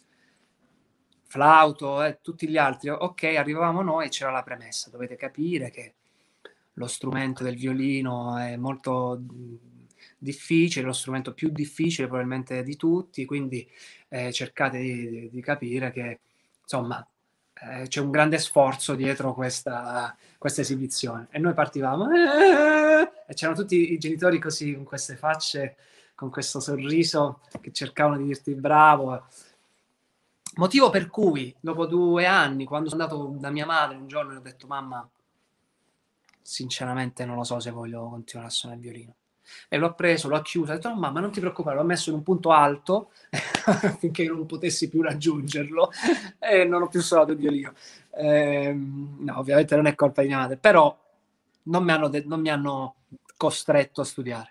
flauto e tutti gli altri, ok, arrivavamo noi e c'era la premessa: dovete capire che lo strumento del violino è molto difficile, lo strumento più difficile probabilmente di tutti, quindi cercate di capire che insomma c'è un grande sforzo dietro questa esibizione. E noi partivamo e c'erano tutti i genitori così, con queste facce, con questo sorriso, che cercavano di dirti bravo. Motivo per cui dopo 2 anni, quando sono andato da mia madre un giorno, le ho detto: mamma, sinceramente non lo so se voglio continuare a suonare il violino. E l'ho preso, l'ho chiuso, ho detto: no, mamma, non ti preoccupare, l'ho messo in un punto alto finché io non potessi più raggiungerlo e non ho più suonato il violino. No, ovviamente non è colpa di mia madre, però non mi hanno costretto a studiare.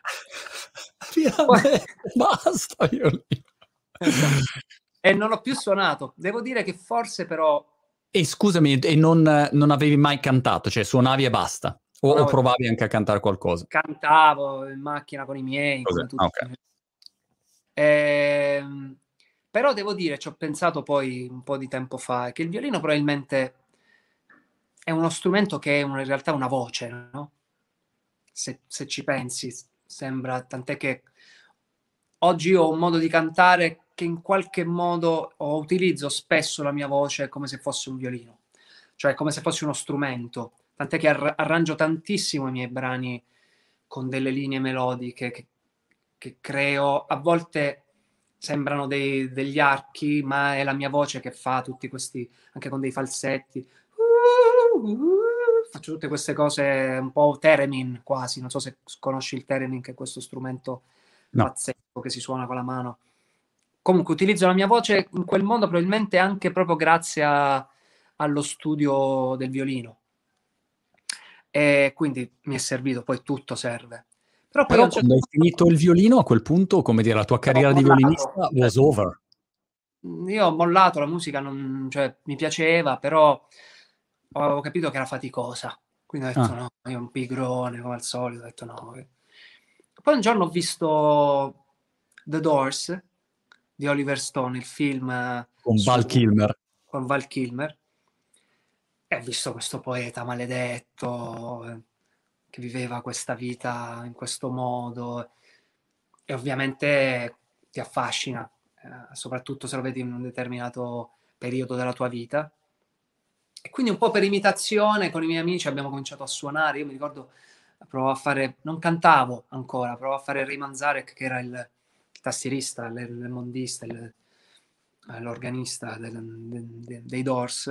Basta violino. Esatto. E non ho più suonato. Devo dire che forse però... E scusami, e non avevi mai cantato? Cioè suonavi e basta? O provavi anche a cantare qualcosa? Cantavo in macchina con i miei, come tutti. Okay. Però devo dire, ci ho pensato poi un po' di tempo fa, che il violino probabilmente è uno strumento che è in realtà una voce, no? Se ci pensi, sembra, tant'è che oggi ho un modo di cantare che in qualche modo utilizzo spesso la mia voce come se fosse un violino, cioè come se fosse uno strumento, tant'è che arrangio tantissimo i miei brani con delle linee melodiche che creo, a volte sembrano degli archi, ma è la mia voce che fa tutti questi, anche con dei falsetti. Faccio tutte queste cose un po' theremin quasi, non so se conosci il theremin, che è questo strumento No. pazzesco che si suona con la mano. Comunque utilizzo la mia voce in quel modo probabilmente anche proprio grazie allo studio del violino. E quindi mi è servito, poi tutto serve. Però poi a Però un certo quando hai punto finito il violino, a quel punto, come dire, la tua ho carriera di mollato. violinista was over. Io ho mollato la musica, cioè, mi piaceva, però avevo capito che era faticosa. Quindi ho detto Ah, no, io un pigrone come al solito, ho detto no. Poi un giorno ho visto The Doors di Oliver Stone, il film con Val Kilmer. con Val Kilmer, e ho visto questo poeta maledetto che viveva questa vita in questo modo, e ovviamente ti affascina, soprattutto se lo vedi in un determinato periodo della tua vita. E quindi un po' per imitazione con i miei amici abbiamo cominciato a suonare. Io mi ricordo, provavo a fare, non cantavo ancora, provavo a fare Ray Manzarek, che era il tastierista, il mondista, l'organista dei Doors,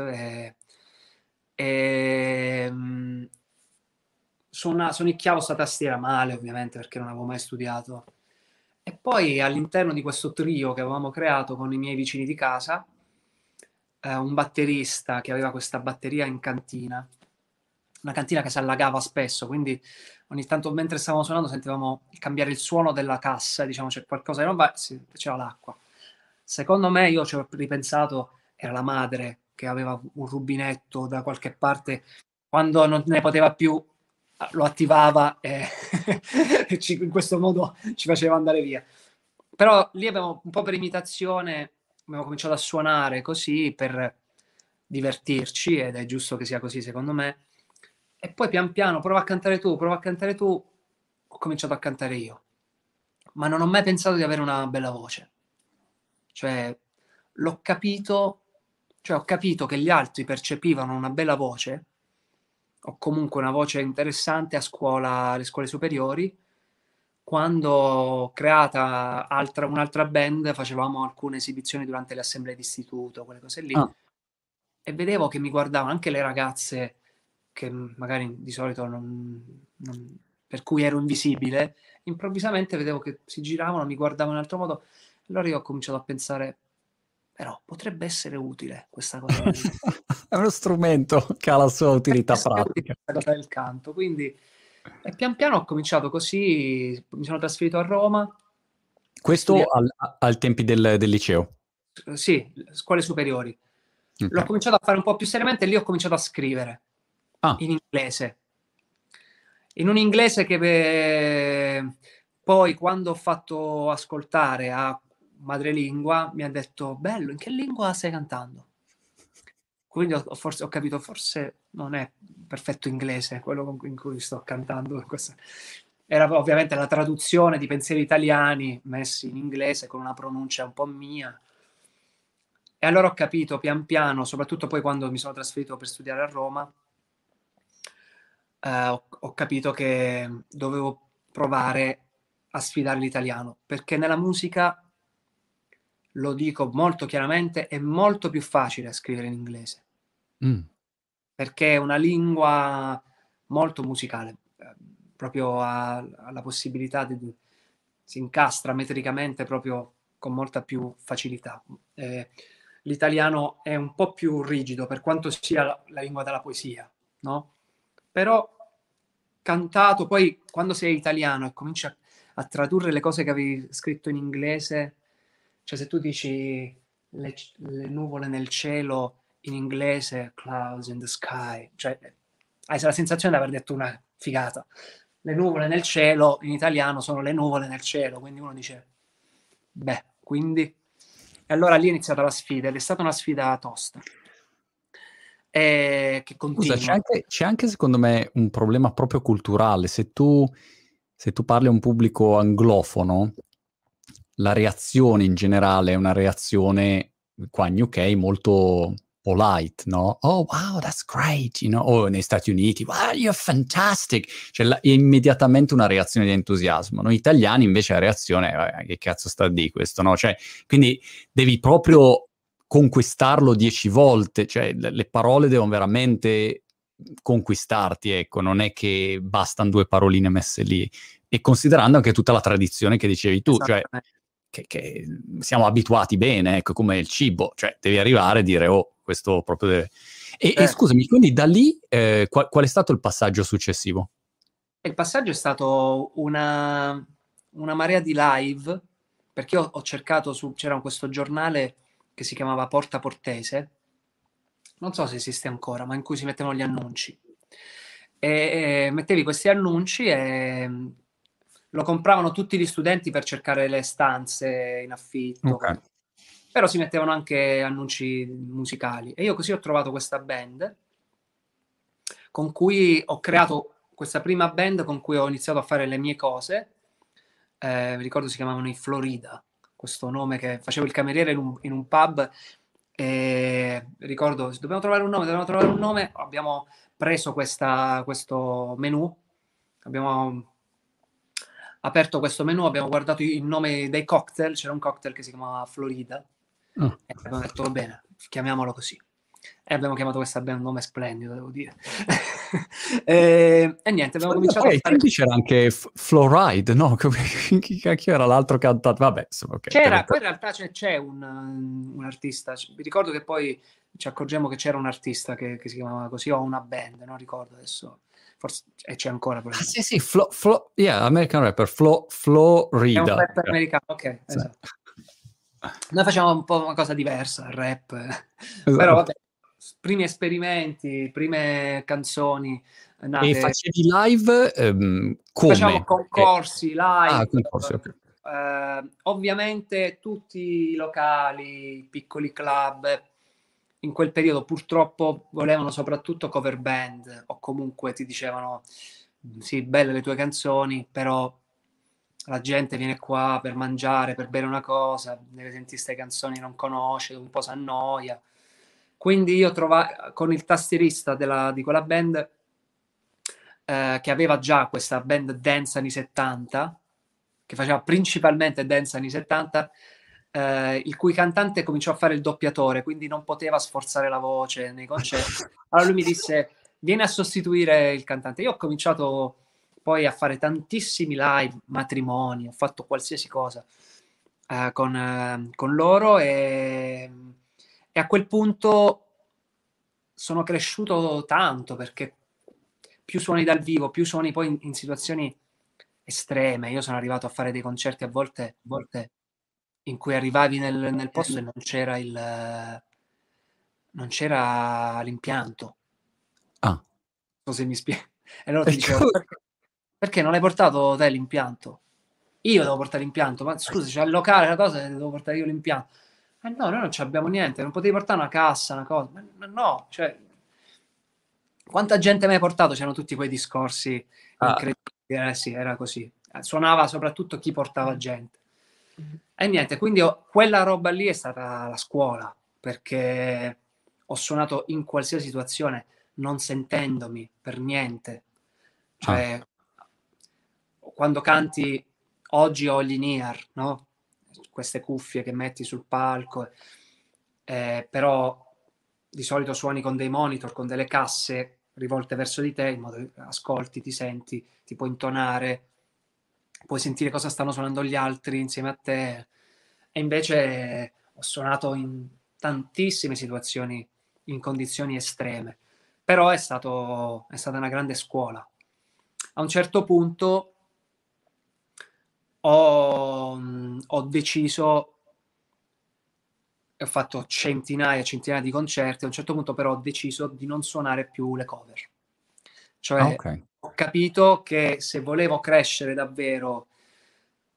e sonicchiavo sta tastiera male, ovviamente, perché non avevo mai studiato. E poi all'interno di questo trio che avevamo creato con i miei vicini di casa, un batterista che aveva questa batteria in cantina, una cantina che si allagava spesso, quindi ogni tanto mentre stavamo suonando sentivamo cambiare il suono della cassa, diciamo c'è qualcosa che non va, c'era l'acqua. Secondo me, io ci ho ripensato, era la madre che aveva un rubinetto da qualche parte, quando non ne poteva più lo attivava e in questo modo ci faceva andare via. Però lì abbiamo un po' per imitazione, abbiamo cominciato a suonare così per divertirci, ed è giusto che sia così secondo me. E poi pian piano, prova a cantare tu, prova a cantare tu, ho cominciato a cantare io. Ma non ho mai pensato di avere una bella voce. Cioè, l'ho capito, cioè ho capito che gli altri percepivano una bella voce, o comunque una voce interessante a scuola, alle scuole superiori, quando ho creata un'altra band, facevamo alcune esibizioni durante le assemblee d'istituto, quelle cose lì, ah. e vedevo che mi guardavano anche le ragazze che magari di solito per cui ero invisibile, improvvisamente vedevo che si giravano, mi guardavano in un altro modo. Allora io ho cominciato a pensare, però potrebbe essere utile questa cosa È uno strumento che ha la sua utilità pratica. questa cosa del canto. Quindi, e pian piano ho cominciato così, mi sono trasferito a Roma, ho Questo studiato, al tempi del liceo. sì, scuole superiori. L'ho Ok. cominciato a fare un po' più seriamente, e lì ho cominciato a scrivere Ah, in inglese. In un inglese che poi quando ho fatto ascoltare a madrelingua mi ha detto: bello, in che lingua stai cantando? Quindi forse ho capito, forse non è perfetto inglese quello in cui sto cantando. Era ovviamente la traduzione di pensieri italiani messi in inglese con una pronuncia un po' mia. E allora ho capito pian piano, soprattutto poi quando mi sono trasferito per studiare a Roma, ho capito che dovevo provare a sfidare l'italiano, perché nella musica, lo dico molto chiaramente, è molto più facile scrivere in inglese, mm. perché è una lingua molto musicale, proprio ha la possibilità si incastra metricamente proprio con molta più facilità. L'italiano è un po' più rigido, per quanto sia la lingua della poesia, no? Però cantato, poi quando sei italiano e cominci a tradurre le cose che avevi scritto in inglese, cioè se tu dici le nuvole nel cielo in inglese, clouds in the sky, cioè hai la sensazione di aver detto una figata. Le nuvole nel cielo in italiano sono le nuvole nel cielo, quindi uno dice, beh, quindi allora lì è iniziata la sfida, ed è stata una sfida tosta, che Scusa, continua. c'è anche secondo me un problema proprio culturale. Se tu parli a un pubblico anglofono, la reazione in generale è una reazione qua in UK molto polite, no? Oh, wow, that's great, you know? O negli Stati Uniti, wow, you're fantastic. Cioè, è immediatamente una reazione di entusiasmo. Noi italiani invece la reazione è, che cazzo sta di questo, no? Cioè, quindi devi proprio conquistarlo 10 volte, cioè le parole devono veramente conquistarti, ecco, non è che bastano due paroline messe lì. E considerando anche tutta la tradizione che dicevi tu, cioè Esattamente. che siamo abituati bene, ecco, come il cibo, cioè devi arrivare e dire, oh, questo proprio deve... E Certo. scusami, quindi da lì qual è stato il passaggio successivo? Il passaggio è stato una marea di live, perché io ho cercato c'era questo giornale che si chiamava Porta Portese, non so se esiste ancora, ma in cui si mettevano gli annunci. E mettevi questi annunci e lo compravano tutti gli studenti per cercare le stanze in affitto, Ok. così. Però si mettevano anche annunci musicali. E io così ho trovato questa band con cui ho creato questa prima band con cui ho iniziato a fare le mie cose. Mi ricordo si chiamavano i Florida, questo nome che facevo il cameriere in un pub. E ricordo, dobbiamo trovare un nome. Abbiamo preso questo menu, abbiamo aperto questo menu, abbiamo guardato il nome dei cocktail, c'era un cocktail che si chiamava Florida, Ah. e abbiamo detto va bene, chiamiamolo così. E abbiamo chiamato questa band un nome splendido, devo dire. E niente, abbiamo cominciato Poi a ai fare... tempi c'era anche Floride, no? Chi cacchio era l'altro cantante? Vabbè, insomma, ok. C'era, poi in realtà c'è un artista, mi ricordo che poi ci accorgiamo che c'era un artista che si chiamava così, o una band, non ricordo adesso, forse, e c'è ancora Ah, probabilmente. sì, sì, yeah, American Rapper, È un Florida. rapper americano, ok, Sì. esatto. Noi facciamo un po' una cosa diversa, il rap, però Esatto. vabbè, primi esperimenti, prime canzoni E nate, facevi live facevamo come? concorsi Ah, live, concorsi, ok. ovviamente tutti i locali, i piccoli club, in quel periodo purtroppo volevano soprattutto cover band o comunque ti dicevano sì, belle le tue canzoni, però la gente viene qua per mangiare, per bere una cosa, deve sentire queste canzoni, non conosce, un po' si annoia. Quindi io trovai con il tastierista di quella band, che aveva già questa band dance anni 70, che faceva principalmente dance anni 70, il cui cantante cominciò a fare il doppiatore, quindi non poteva sforzare la voce nei concerti. Allora lui mi disse, vieni a sostituire il cantante. Io ho cominciato poi a fare tantissimi live, matrimoni, ho fatto qualsiasi cosa con loro e a quel punto sono cresciuto tanto perché più suoni dal vivo, più suoni poi in situazioni estreme. Io sono arrivato a fare dei concerti a volte in cui arrivavi nel posto e non c'era l'impianto. Ah. Non so se mi spiego. E loro E ti dicevano, tu- perché non hai portato te l'impianto? Io devo portare l'impianto, ma scusa, c'è il locale, la cosa, devo portare io l'impianto. No, noi non abbiamo niente, non potevi portare una cassa, una cosa. Ma no, cioè, quanta gente mi hai portato? C'erano tutti quei discorsi ah, incredibili. Sì, era così. Suonava soprattutto chi portava gente. E niente, quindi quella roba lì è stata la scuola, perché ho suonato in qualsiasi situazione, non sentendomi per niente. ah. Cioè, quando canti oggi ho gli in-ear, no? Queste cuffie che metti sul palco, però di solito suoni con dei monitor, con delle casse rivolte verso di te, in modo che ascolti, ti senti, ti puoi intonare, puoi sentire cosa stanno suonando gli altri insieme a te. E invece ho suonato in tantissime situazioni, in condizioni estreme, però è stata una grande scuola. A un certo punto ho deciso, ho fatto centinaia e centinaia di concerti, a un certo punto però ho deciso di non suonare più le cover. Ah, Cioè ok. ho capito che se volevo crescere davvero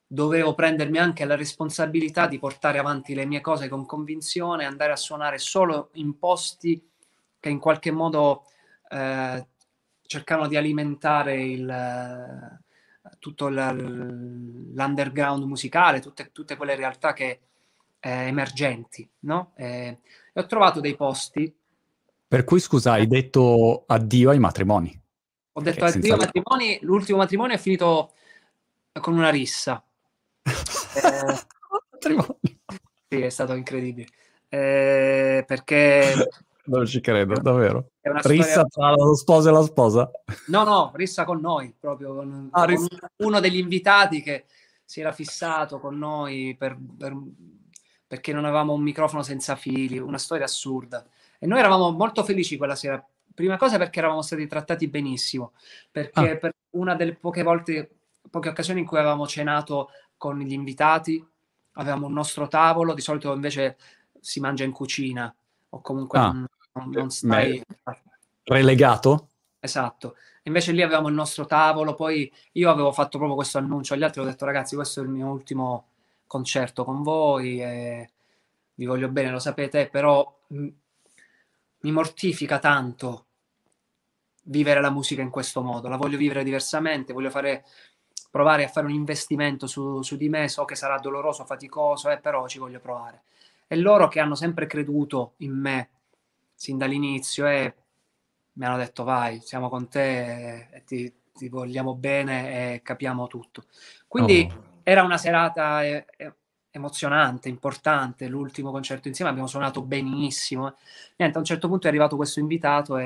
dovevo prendermi anche la responsabilità di portare avanti le mie cose con convinzione, andare a suonare solo in posti che in qualche modo cercavano di alimentare tutto l'underground musicale, tutte quelle realtà che emergenti, no? E ho trovato dei posti. Per cui, scusa, hai detto addio ai matrimoni. Ho detto Perché addio senza ai matrimoni, l'ultimo matrimonio è finito con una rissa. Eh, matrimoni. sì, è stato incredibile. Perché Non ci credo, davvero. è una storia. Rissa tra lo sposo e la sposa. No, no, rissa con noi, proprio Ah, con uno degli invitati che si era fissato con noi perché non avevamo un microfono senza fili, una storia assurda. E noi eravamo molto felici quella sera. Prima cosa perché eravamo stati trattati benissimo, ah, perché per una delle poche occasioni in cui avevamo cenato con gli invitati, avevamo un nostro tavolo, di solito invece si mangia in cucina o comunque ah. non stai. Relegato? Esatto. Invece lì avevamo il nostro tavolo, poi io avevo fatto proprio questo annuncio agli altri, ho detto ragazzi, questo è il mio ultimo concerto con voi, e vi voglio bene, lo sapete, però mi mortifica tanto vivere la musica in questo modo, la voglio vivere diversamente, voglio provare a fare un investimento su di me, so che sarà doloroso, faticoso, però ci voglio provare. E loro che hanno sempre creduto in me sin dall'inizio mi hanno detto vai, siamo con te e ti vogliamo bene e capiamo tutto. Quindi Oh. era una serata emozionante, importante, l'ultimo concerto insieme, abbiamo suonato benissimo. Niente, a un certo punto è arrivato questo invitato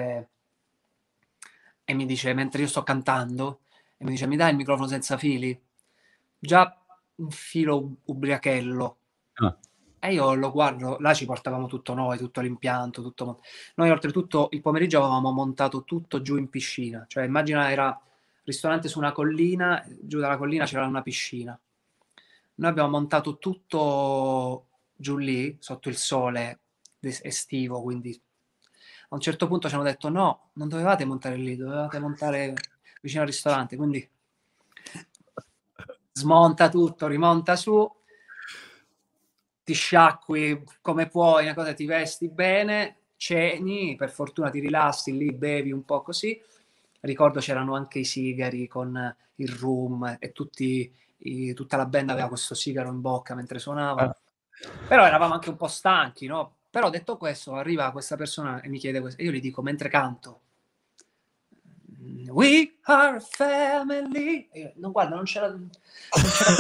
e mi dice, mentre io sto cantando, e mi dice, mi dai il microfono senza fili? Già un filo ubriachello. Ah. E io lo guardo, là ci portavamo tutto noi, tutto l'impianto, tutto. Noi oltretutto il pomeriggio avevamo montato tutto giù in piscina, cioè immagina era ristorante su una collina, giù dalla collina c'era una piscina. Noi abbiamo montato tutto giù lì, sotto il sole estivo, quindi a un certo punto ci hanno detto no, non dovevate montare lì, dovevate montare vicino al ristorante, quindi smonta tutto, rimonta su, ti sciacqui come puoi, una cosa, ti vesti bene, ceni, per fortuna ti rilassi lì, bevi un po' così. Ricordo c'erano anche i sigari con il rum e tutta la band aveva questo sigaro in bocca mentre suonava. Ah. Però eravamo anche un po' stanchi, no? Però detto questo, arriva questa persona e mi chiede questo, e io gli dico mentre canto, We are family. No, guarda, non c'era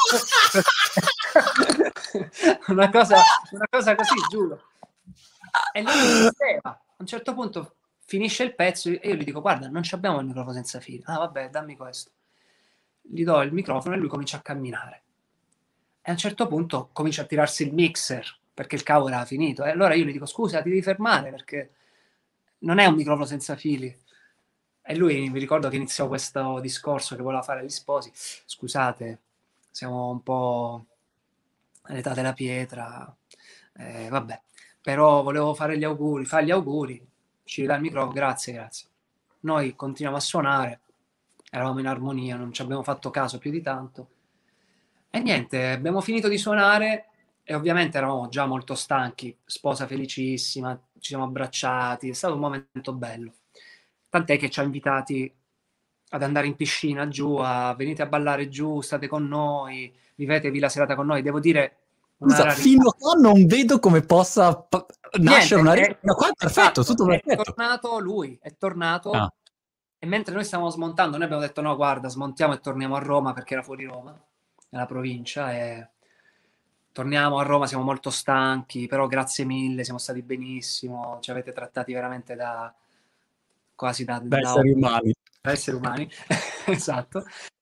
una cosa così, giuro. E lui mi diceva, a un certo punto finisce il pezzo e io gli dico, guarda, non abbiamo il microfono senza fili. Ah, vabbè, dammi questo. Gli do il microfono e lui comincia a camminare. E a un certo punto comincia a tirarsi il mixer, perché il cavo era finito. E allora io gli dico, scusa, ti devi fermare, perché non è un microfono senza fili. E lui, mi ricordo che iniziò questo discorso che voleva fare agli sposi. Scusate, siamo un po' all'età della pietra, vabbè. Però volevo fare gli auguri, fare gli auguri, ci ridà il microfono, grazie, grazie. Noi continuiamo a suonare, eravamo in armonia, non ci abbiamo fatto caso più di tanto. E niente, abbiamo finito di suonare e ovviamente eravamo già molto stanchi, sposa felicissima, ci siamo abbracciati, è stato un momento bello. Tant'è che ci ha invitati ad andare in piscina giù, venite a ballare giù, state con noi, vivetevi la serata con noi. Devo dire una Scusa, rarità. fino a qua non vedo come possa nascere Niente, una rete. Ma qua è perfetto, esatto, tutto è perfetto. tornato lui, è tornato Ah. e mentre noi stavamo smontando, noi abbiamo detto no, guarda, smontiamo e torniamo a Roma perché era fuori Roma, nella provincia, e torniamo a Roma, siamo molto stanchi, però grazie mille, siamo stati benissimo, ci avete trattati veramente quasi Da da esseri umani. esseri umani, esatto.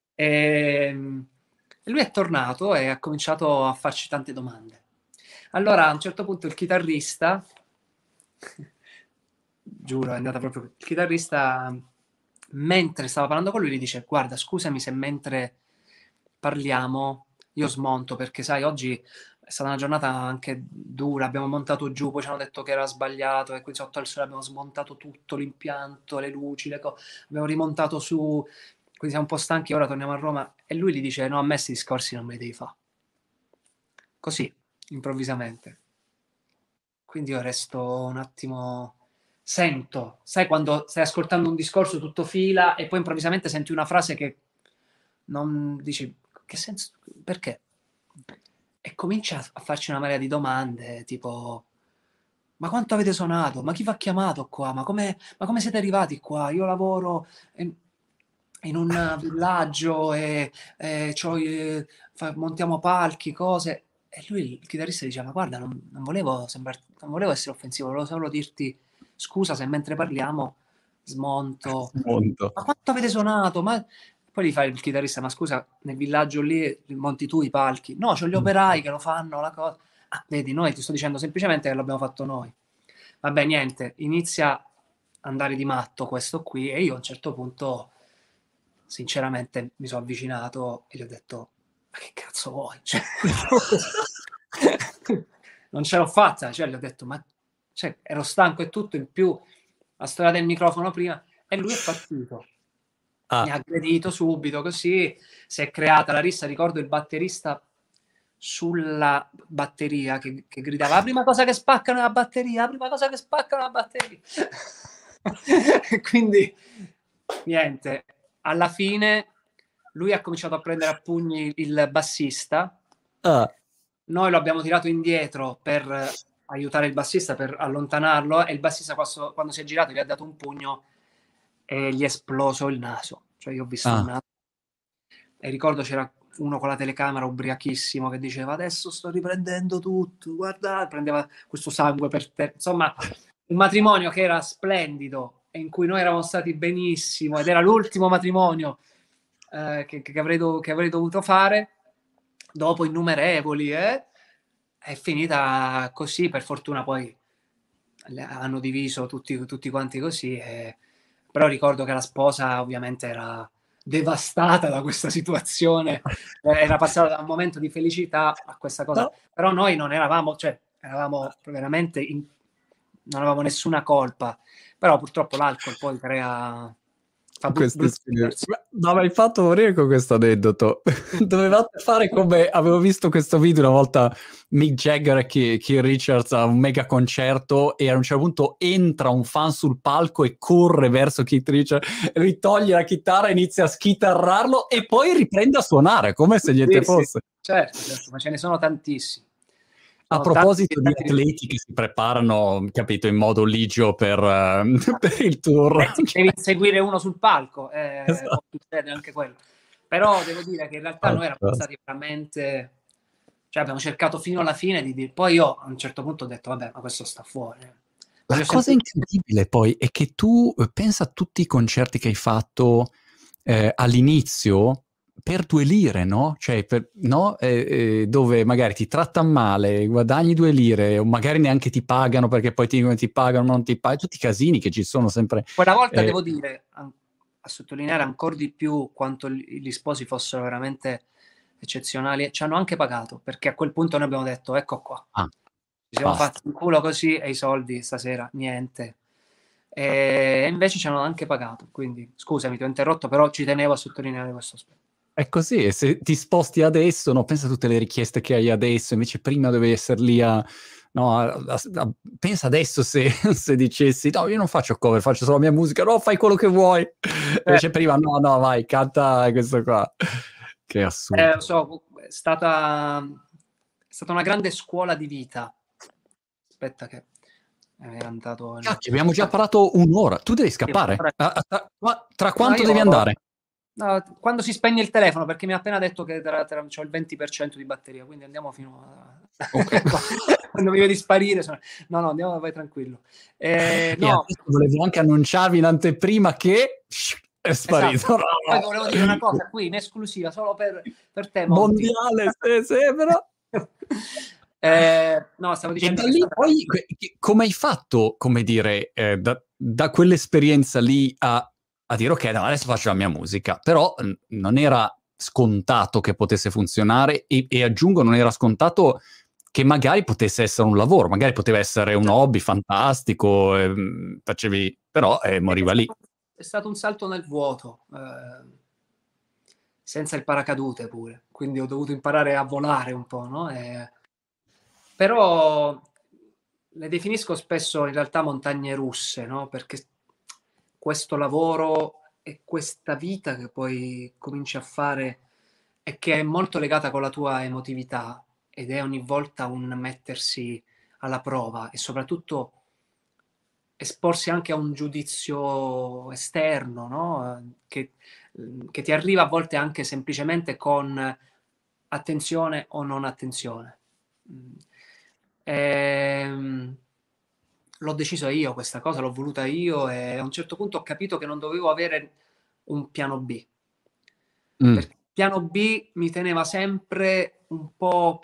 E lui è tornato e ha cominciato a farci tante domande. Allora, a un certo punto il chitarrista, giuro, è andata proprio. Il chitarrista, mentre stava parlando con lui, gli dice: Guarda, scusami se mentre parliamo io smonto perché, sai, oggi è stata una giornata anche dura. Abbiamo montato giù, poi ci hanno detto che era sbagliato. E qui sotto al sole abbiamo smontato tutto l'impianto, le luci, le cose. Abbiamo rimontato su. quindi siamo un po' stanchi, ora torniamo a Roma, e lui gli dice no, a me questi discorsi non me li devi fare. Così, improvvisamente. Quindi io resto un attimo, sento, sai quando stai ascoltando un discorso tutto fila e poi improvvisamente senti una frase che non dici, che senso, perché? E comincia a farci una marea di domande, tipo, ma quanto avete suonato? Ma chi vi ha chiamato qua? Ma come siete arrivati qua? Io lavoro in un villaggio e montiamo palchi, cose. E lui, il chitarrista, diceva, ma guarda, non volevo non volevo essere offensivo, volevo solo dirti scusa se mentre parliamo smonto. Molto. Ma quanto avete suonato? Ma poi gli fa il chitarrista, ma scusa, nel villaggio lì monti tu i palchi? No, c'ho gli operai che lo fanno, la cosa. Ah, vedi, noi ti sto dicendo semplicemente che l'abbiamo fatto noi. Vabbè, niente, inizia a andare di matto questo qui e io a un certo punto, sinceramente, mi sono avvicinato e gli ho detto, ma che cazzo vuoi? Cioè, non ce l'ho fatta, cioè, gli ho detto, ma cioè, ero stanco e tutto, in più la storia del microfono prima, e lui è partito. Mi ha aggredito subito, così si è creata la rissa. Ricordo il batterista sulla batteria che gridava la prima cosa che spaccano è la batteria, la prima cosa che spaccano è la batteria. Quindi niente, alla fine lui ha cominciato a prendere a pugni il bassista, noi lo abbiamo tirato indietro per aiutare il bassista, per allontanarlo, e il bassista quando si è girato gli ha dato un pugno e gli è esploso il naso. Cioè io ho visto il naso e ricordo c'era uno con la telecamera ubriachissimo che diceva adesso sto riprendendo tutto, guardate, prendeva questo sangue per terra. Insomma, un matrimonio che era splendido e in cui noi eravamo stati benissimo ed era l'ultimo matrimonio che avrei dovuto fare dopo innumerevoli, è finita così. Per fortuna poi hanno diviso tutti quanti così, però ricordo che la sposa ovviamente era devastata da questa situazione, era passata da un momento di felicità a questa cosa, però noi non eravamo, cioè eravamo veramente non avevamo nessuna colpa, però purtroppo l'alcol poi crea no, ma hai fatto morire con questo aneddoto. Dovevate fare come avevo visto questo video una volta, Mick Jagger e Keith Richards a un mega concerto e a un certo punto entra un fan sul palco e corre verso Keith Richards, ritoglie la chitarra, inizia a schitarrarlo e poi riprende a suonare come se niente fosse. Certo, ma ce ne sono tantissimi. A proposito di atleti che si preparano, capito, in modo ligio per il tour. Devi seguire uno sul palco, esatto. Succede anche quello. Però devo dire che in realtà noi eravamo stati veramente... Cioè abbiamo cercato fino alla fine di dire... Poi io a un certo punto ho detto, vabbè, ma questo sta fuori. La cosa incredibile poi è che tu pensa a tutti i concerti che hai fatto all'inizio per 2 lire, no? Cioè, dove magari ti trattano male, guadagni 2 lire, o magari neanche ti pagano perché poi ti pagano, non ti pagano, tutti i casini che ci sono sempre. Quella volta devo dire, a sottolineare ancora di più quanto gli sposi fossero veramente eccezionali, ci hanno anche pagato, perché a quel punto noi abbiamo detto, ecco qua, ci siamo fatti un culo così e i soldi stasera, niente. E invece ci hanno anche pagato, quindi scusami, ti ho interrotto, però ci tenevo a sottolineare questo aspetto. È così, e se ti sposti adesso, no, pensa a tutte le richieste che hai adesso, invece prima dovevi essere lì pensa adesso se dicessi, no, io non faccio cover, faccio solo la mia musica, no, fai quello che vuoi. Invece prima, no, vai, canta questo qua. Che assurdo. So, è stata una grande scuola di vita. Aspetta che era andato... Cacchio, abbiamo già parlato un'ora, tu devi scappare. Tra quanto devi andare? No, quando si spegne il telefono, perché mi ha appena detto che c'ho il 20% di batteria, quindi andiamo fino a... Okay. Quando mi vedi sparire no, andiamo, vai tranquillo. No. Volevo anche annunciarvi in anteprima che è sparito. Esatto. Poi volevo dire una cosa qui in esclusiva solo per te, Monti. Mondiale, sì, però no, stavo dicendo, e da lì poi come hai fatto, come dire, da quell'esperienza lì a dire ok, no, adesso faccio la mia musica, però non era scontato che potesse funzionare e aggiungo, non era scontato che magari potesse essere un lavoro, magari poteva essere un hobby fantastico, facevi, però moriva lì. È stato un salto nel vuoto, senza il paracadute pure, quindi ho dovuto imparare a volare un po', no? Però le definisco spesso in realtà montagne russe, no? Perché questo lavoro e questa vita che poi cominci a fare e che è molto legata con la tua emotività ed è ogni volta un mettersi alla prova e soprattutto esporsi anche a un giudizio esterno, no? Che ti arriva a volte anche semplicemente con attenzione o non attenzione. Mm. Ehm, L'ho deciso io questa cosa, l'ho voluta io e a un certo punto ho capito che non dovevo avere un piano B. Mm. Perché il piano B mi teneva sempre un po'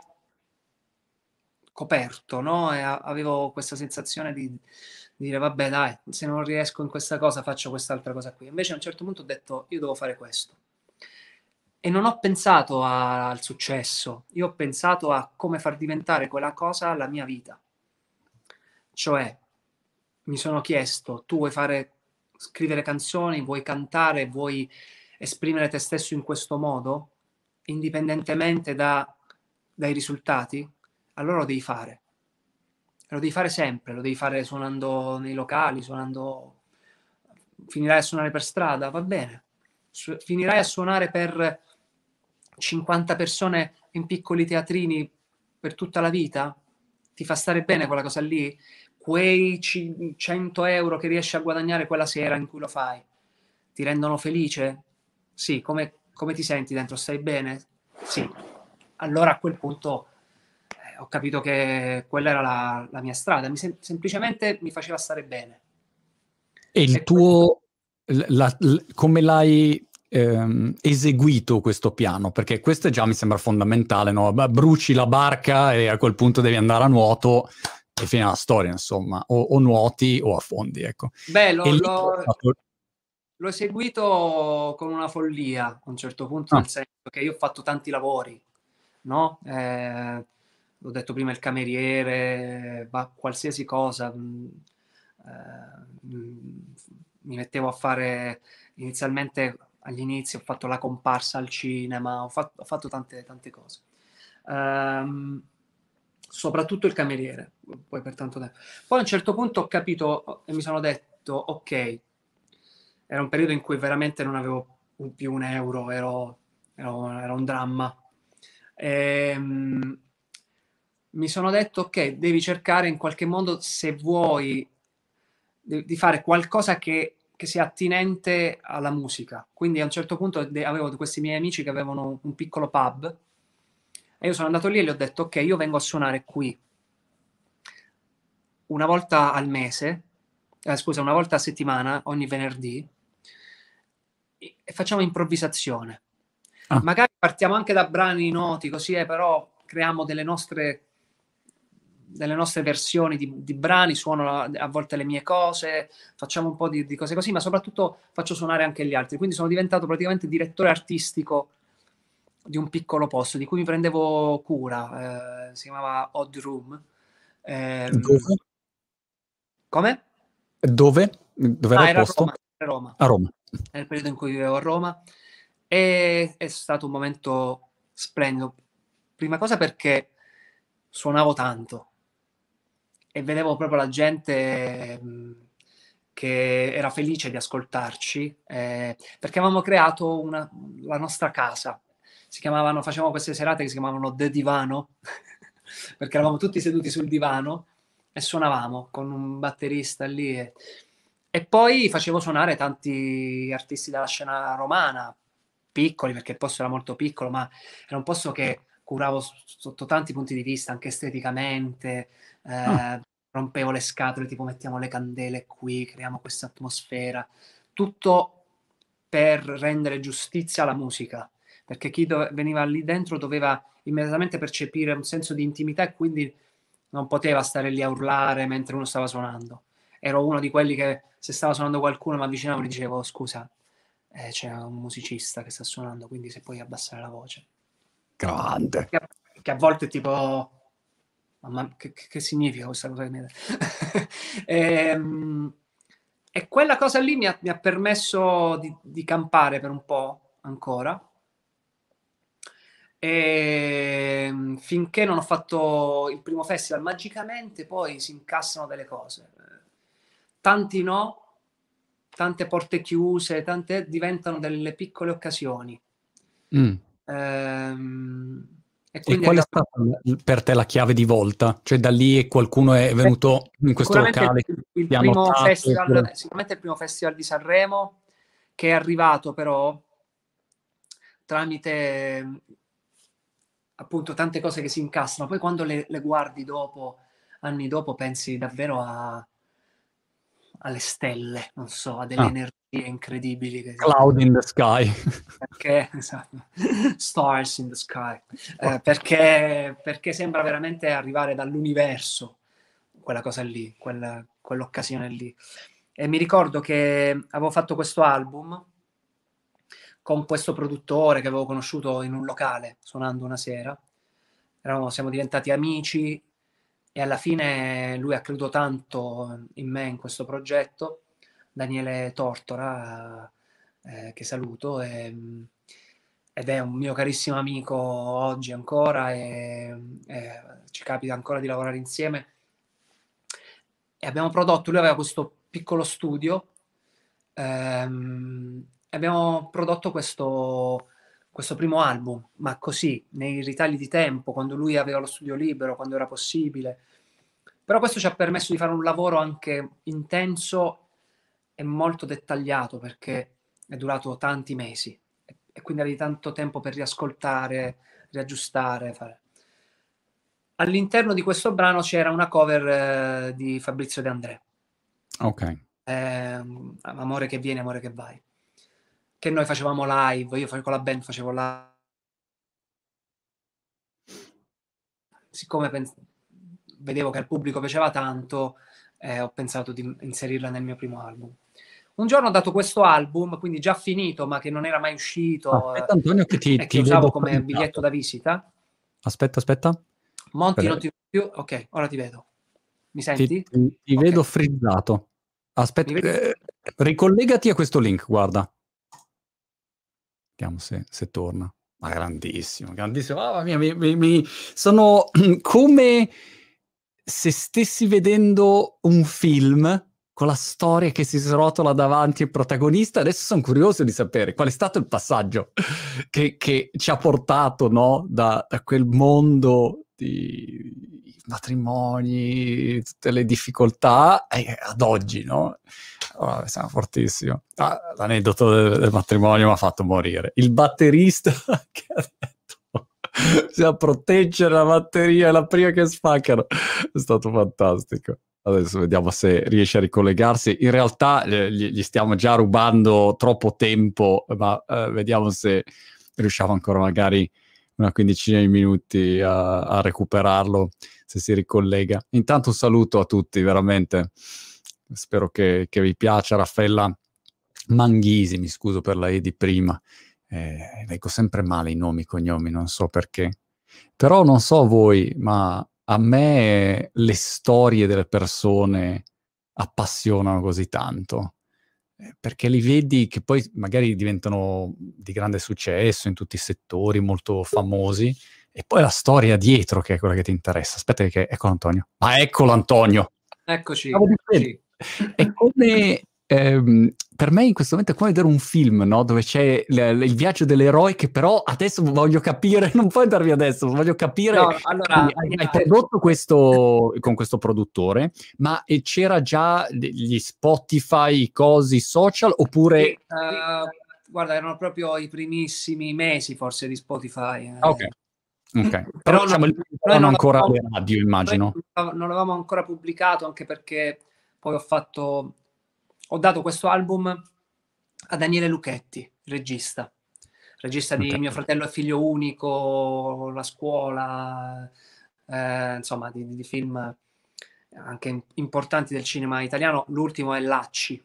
coperto, no? E avevo questa sensazione di dire, vabbè, dai, se non riesco in questa cosa, faccio quest'altra cosa qui. Invece a un certo punto ho detto, io devo fare questo. E non ho pensato al successo, io ho pensato a come far diventare quella cosa la mia vita. Cioè, mi sono chiesto, tu vuoi scrivere canzoni, vuoi cantare, vuoi esprimere te stesso in questo modo, indipendentemente dai risultati? Allora lo devi fare. Lo devi fare sempre, lo devi fare suonando nei locali, suonando... Finirai a suonare per strada, va bene. Finirai a suonare per 50 persone in piccoli teatrini per tutta la vita? Ti fa stare bene quella cosa lì? Quei 100 euro che riesci a guadagnare quella sera in cui lo fai, ti rendono felice? Sì, come ti senti dentro? Stai bene? Sì. Allora a quel punto ho capito che quella era la mia strada, semplicemente mi faceva stare bene. E il E questo, tuo, come l'hai eseguito questo piano? Perché questo già mi sembra fondamentale, no? Beh, bruci la barca e a quel punto devi andare a nuoto e fine la storia, insomma, o nuoti o affondi, ecco. beh, E lì è stato... l'ho eseguito con una follia a un certo punto, Ah, nel senso che io ho fatto tanti lavori, no? L'ho detto prima, il cameriere, qualsiasi cosa. Mi mettevo a fare inizialmente, agli inizi, ho fatto la comparsa al cinema, ho fatto tante, tante cose. Soprattutto il cameriere, poi per tanto tempo. Poi a un certo punto ho capito e mi sono detto, ok, era un periodo in cui veramente non avevo più un euro, era un dramma. Mi sono detto, ok, devi cercare in qualche modo, se vuoi, di fare qualcosa che sia attinente alla musica. Quindi a un certo punto avevo questi miei amici che avevano un piccolo pub e io sono andato lì e gli ho detto, ok, io vengo a suonare qui una volta al mese, scusa, una volta a settimana, ogni venerdì, e facciamo improvvisazione. ah, Magari partiamo anche da brani noti, così però creiamo delle nostre versioni di brani, suono a volte le mie cose, facciamo un po' di cose così, ma soprattutto faccio suonare anche gli altri. Quindi sono diventato praticamente direttore artistico di un piccolo posto di cui mi prendevo cura, si chiamava Odd Room. dove? Come? Dove? Dov'era Ah, il era a posto? Roma, a Roma, A Roma. nel periodo in cui vivevo a Roma, e è stato un momento splendido. Prima cosa perché suonavo tanto e vedevo proprio la gente che era felice di ascoltarci, perché avevamo creato la nostra casa. Facevamo queste serate che si chiamavano The Divano, perché eravamo tutti seduti sul divano e suonavamo con un batterista lì. E poi facevo suonare tanti artisti della scena romana, piccoli, perché il posto era molto piccolo, ma era un posto che curavo sotto tanti punti di vista, anche esteticamente, Ah, rompevo le scatole, tipo mettiamo le candele qui, creiamo questa atmosfera, tutto per rendere giustizia alla musica, perché chi veniva lì dentro doveva immediatamente percepire un senso di intimità e quindi non poteva stare lì a urlare mentre uno stava suonando. Ero uno di quelli che se stava suonando qualcuno mi avvicinavo e gli dicevo scusa, c'è un musicista che sta suonando, quindi se puoi abbassare la voce. grande. Che a volte tipo, mamma, che significa questa cosa che mi e, quella cosa lì mi ha permesso di campare per un po' ancora, E finché non ho fatto il primo festival, magicamente poi si incassano delle cose. Tanti no, tante porte chiuse, tante diventano delle piccole occasioni. Mm. Ehm, e E quindi è qual è arrivato stata per te la chiave di volta? Cioè da lì qualcuno è venuto in questo sicuramente locale, il ti ha primo notato? festival, sicuramente il primo festival di Sanremo, che è arrivato però tramite appunto tante cose che si incastrano. Poi quando le guardi dopo, anni dopo, pensi davvero alle stelle, non so, a delle Ah, energie incredibili Cloud in the Sky. perché esatto, stars in the sky, Ok. perché sembra veramente arrivare dall'universo quella cosa lì, quell'occasione lì. E mi ricordo che avevo fatto questo album con questo produttore che avevo conosciuto in un locale suonando una sera. Siamo diventati amici e alla fine lui ha creduto tanto in me, in questo progetto. Daniele Tortora, che saluto, ed è un mio carissimo amico oggi ancora e ci capita ancora di lavorare insieme. E abbiamo prodotto, lui aveva questo piccolo studio, e abbiamo prodotto questo primo album, ma così, nei ritagli di tempo, quando lui aveva lo studio libero, quando era possibile. Però questo ci ha permesso di fare un lavoro anche intenso e molto dettagliato, perché è durato tanti mesi e quindi avevi tanto tempo per riascoltare, riaggiustare, fare. All'interno di questo brano c'era una cover di Fabrizio De André, Ok. Amore che vieni, amore che vai, che noi facevamo live, io con la band facevo live, siccome vedevo che al pubblico piaceva tanto, ho pensato di inserirla nel mio primo album. Un giorno ho dato questo album, quindi già finito, ma che non era mai uscito, Aspetta Antonio che e che ti usavo vedo come biglietto frizzato. da visita. Aspetta, aspetta. Monti non Per- ti vedo più? Ok, ora ti vedo. Mi Ti, senti? ti Ok. vedo frizzato. Mi Aspetta, vedi? ricollegati a questo link, guarda. Vediamo se torna. Ma grandissimo, grandissimo. Mamma mia, sono come se stessi vedendo un film con la storia che si srotola davanti al protagonista. Adesso sono curioso di sapere qual è stato il passaggio che ci ha portato, no, da quel mondo di matrimoni, tutte le difficoltà, ad oggi, no? Oh, siamo fortissimo. L'aneddoto del matrimonio mi ha fatto morire. Il batterista che ha detto bisogna proteggere la batteria, è la prima che spaccano. È stato fantastico. Adesso vediamo se riesce a ricollegarsi. In realtà gli stiamo già rubando troppo tempo, ma vediamo se riusciamo ancora magari una quindicina di minuti a recuperarlo, se si ricollega. Intanto un saluto a tutti, veramente. Spero che vi piaccia. Raffaella Manghisi, mi scuso per la E di prima. Leggo sempre male i nomi e i cognomi, non so perché. Però non so voi, ma a me le storie delle persone appassionano così tanto, perché li vedi che poi magari diventano di grande successo in tutti i settori, molto famosi, e poi la storia dietro che è quella che ti interessa. Aspetta che eccolo Antonio. Ma eccolo Antonio! Eccoci, Stavo dicendo, eccoci. è come per me in questo momento è come vedere un film, no? Dove c'è il viaggio dell'eroe che però adesso voglio capire, non puoi andarvi adesso, voglio capire, No, allora, quindi hai prodotto questo con questo produttore, ma c'era già gli Spotify, i cosi social, sì, oppure... guarda, erano proprio i primissimi mesi forse di Spotify. Ah, ok, ok. Però Però diciamo, noi erano ancora le radio, noi immagino. non l'avevamo ancora pubblicato, anche perché poi ho dato questo album a Daniele Lucchetti, regista Ok. di Mio fratello e figlio unico, La scuola, insomma, di film anche importanti del cinema italiano. L'ultimo è Lacci.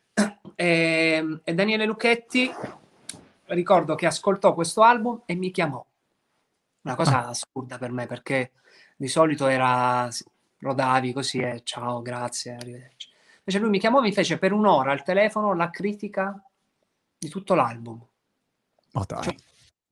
E Daniele Lucchetti, ricordo che ascoltò questo album e mi chiamò. Una Ah, cosa assurda per me, perché di solito era lo davi così e ciao, grazie, arrivederci. Invece lui mi chiamò e mi fece per un'ora al telefono la critica di tutto l'album. ma Cioè, dai.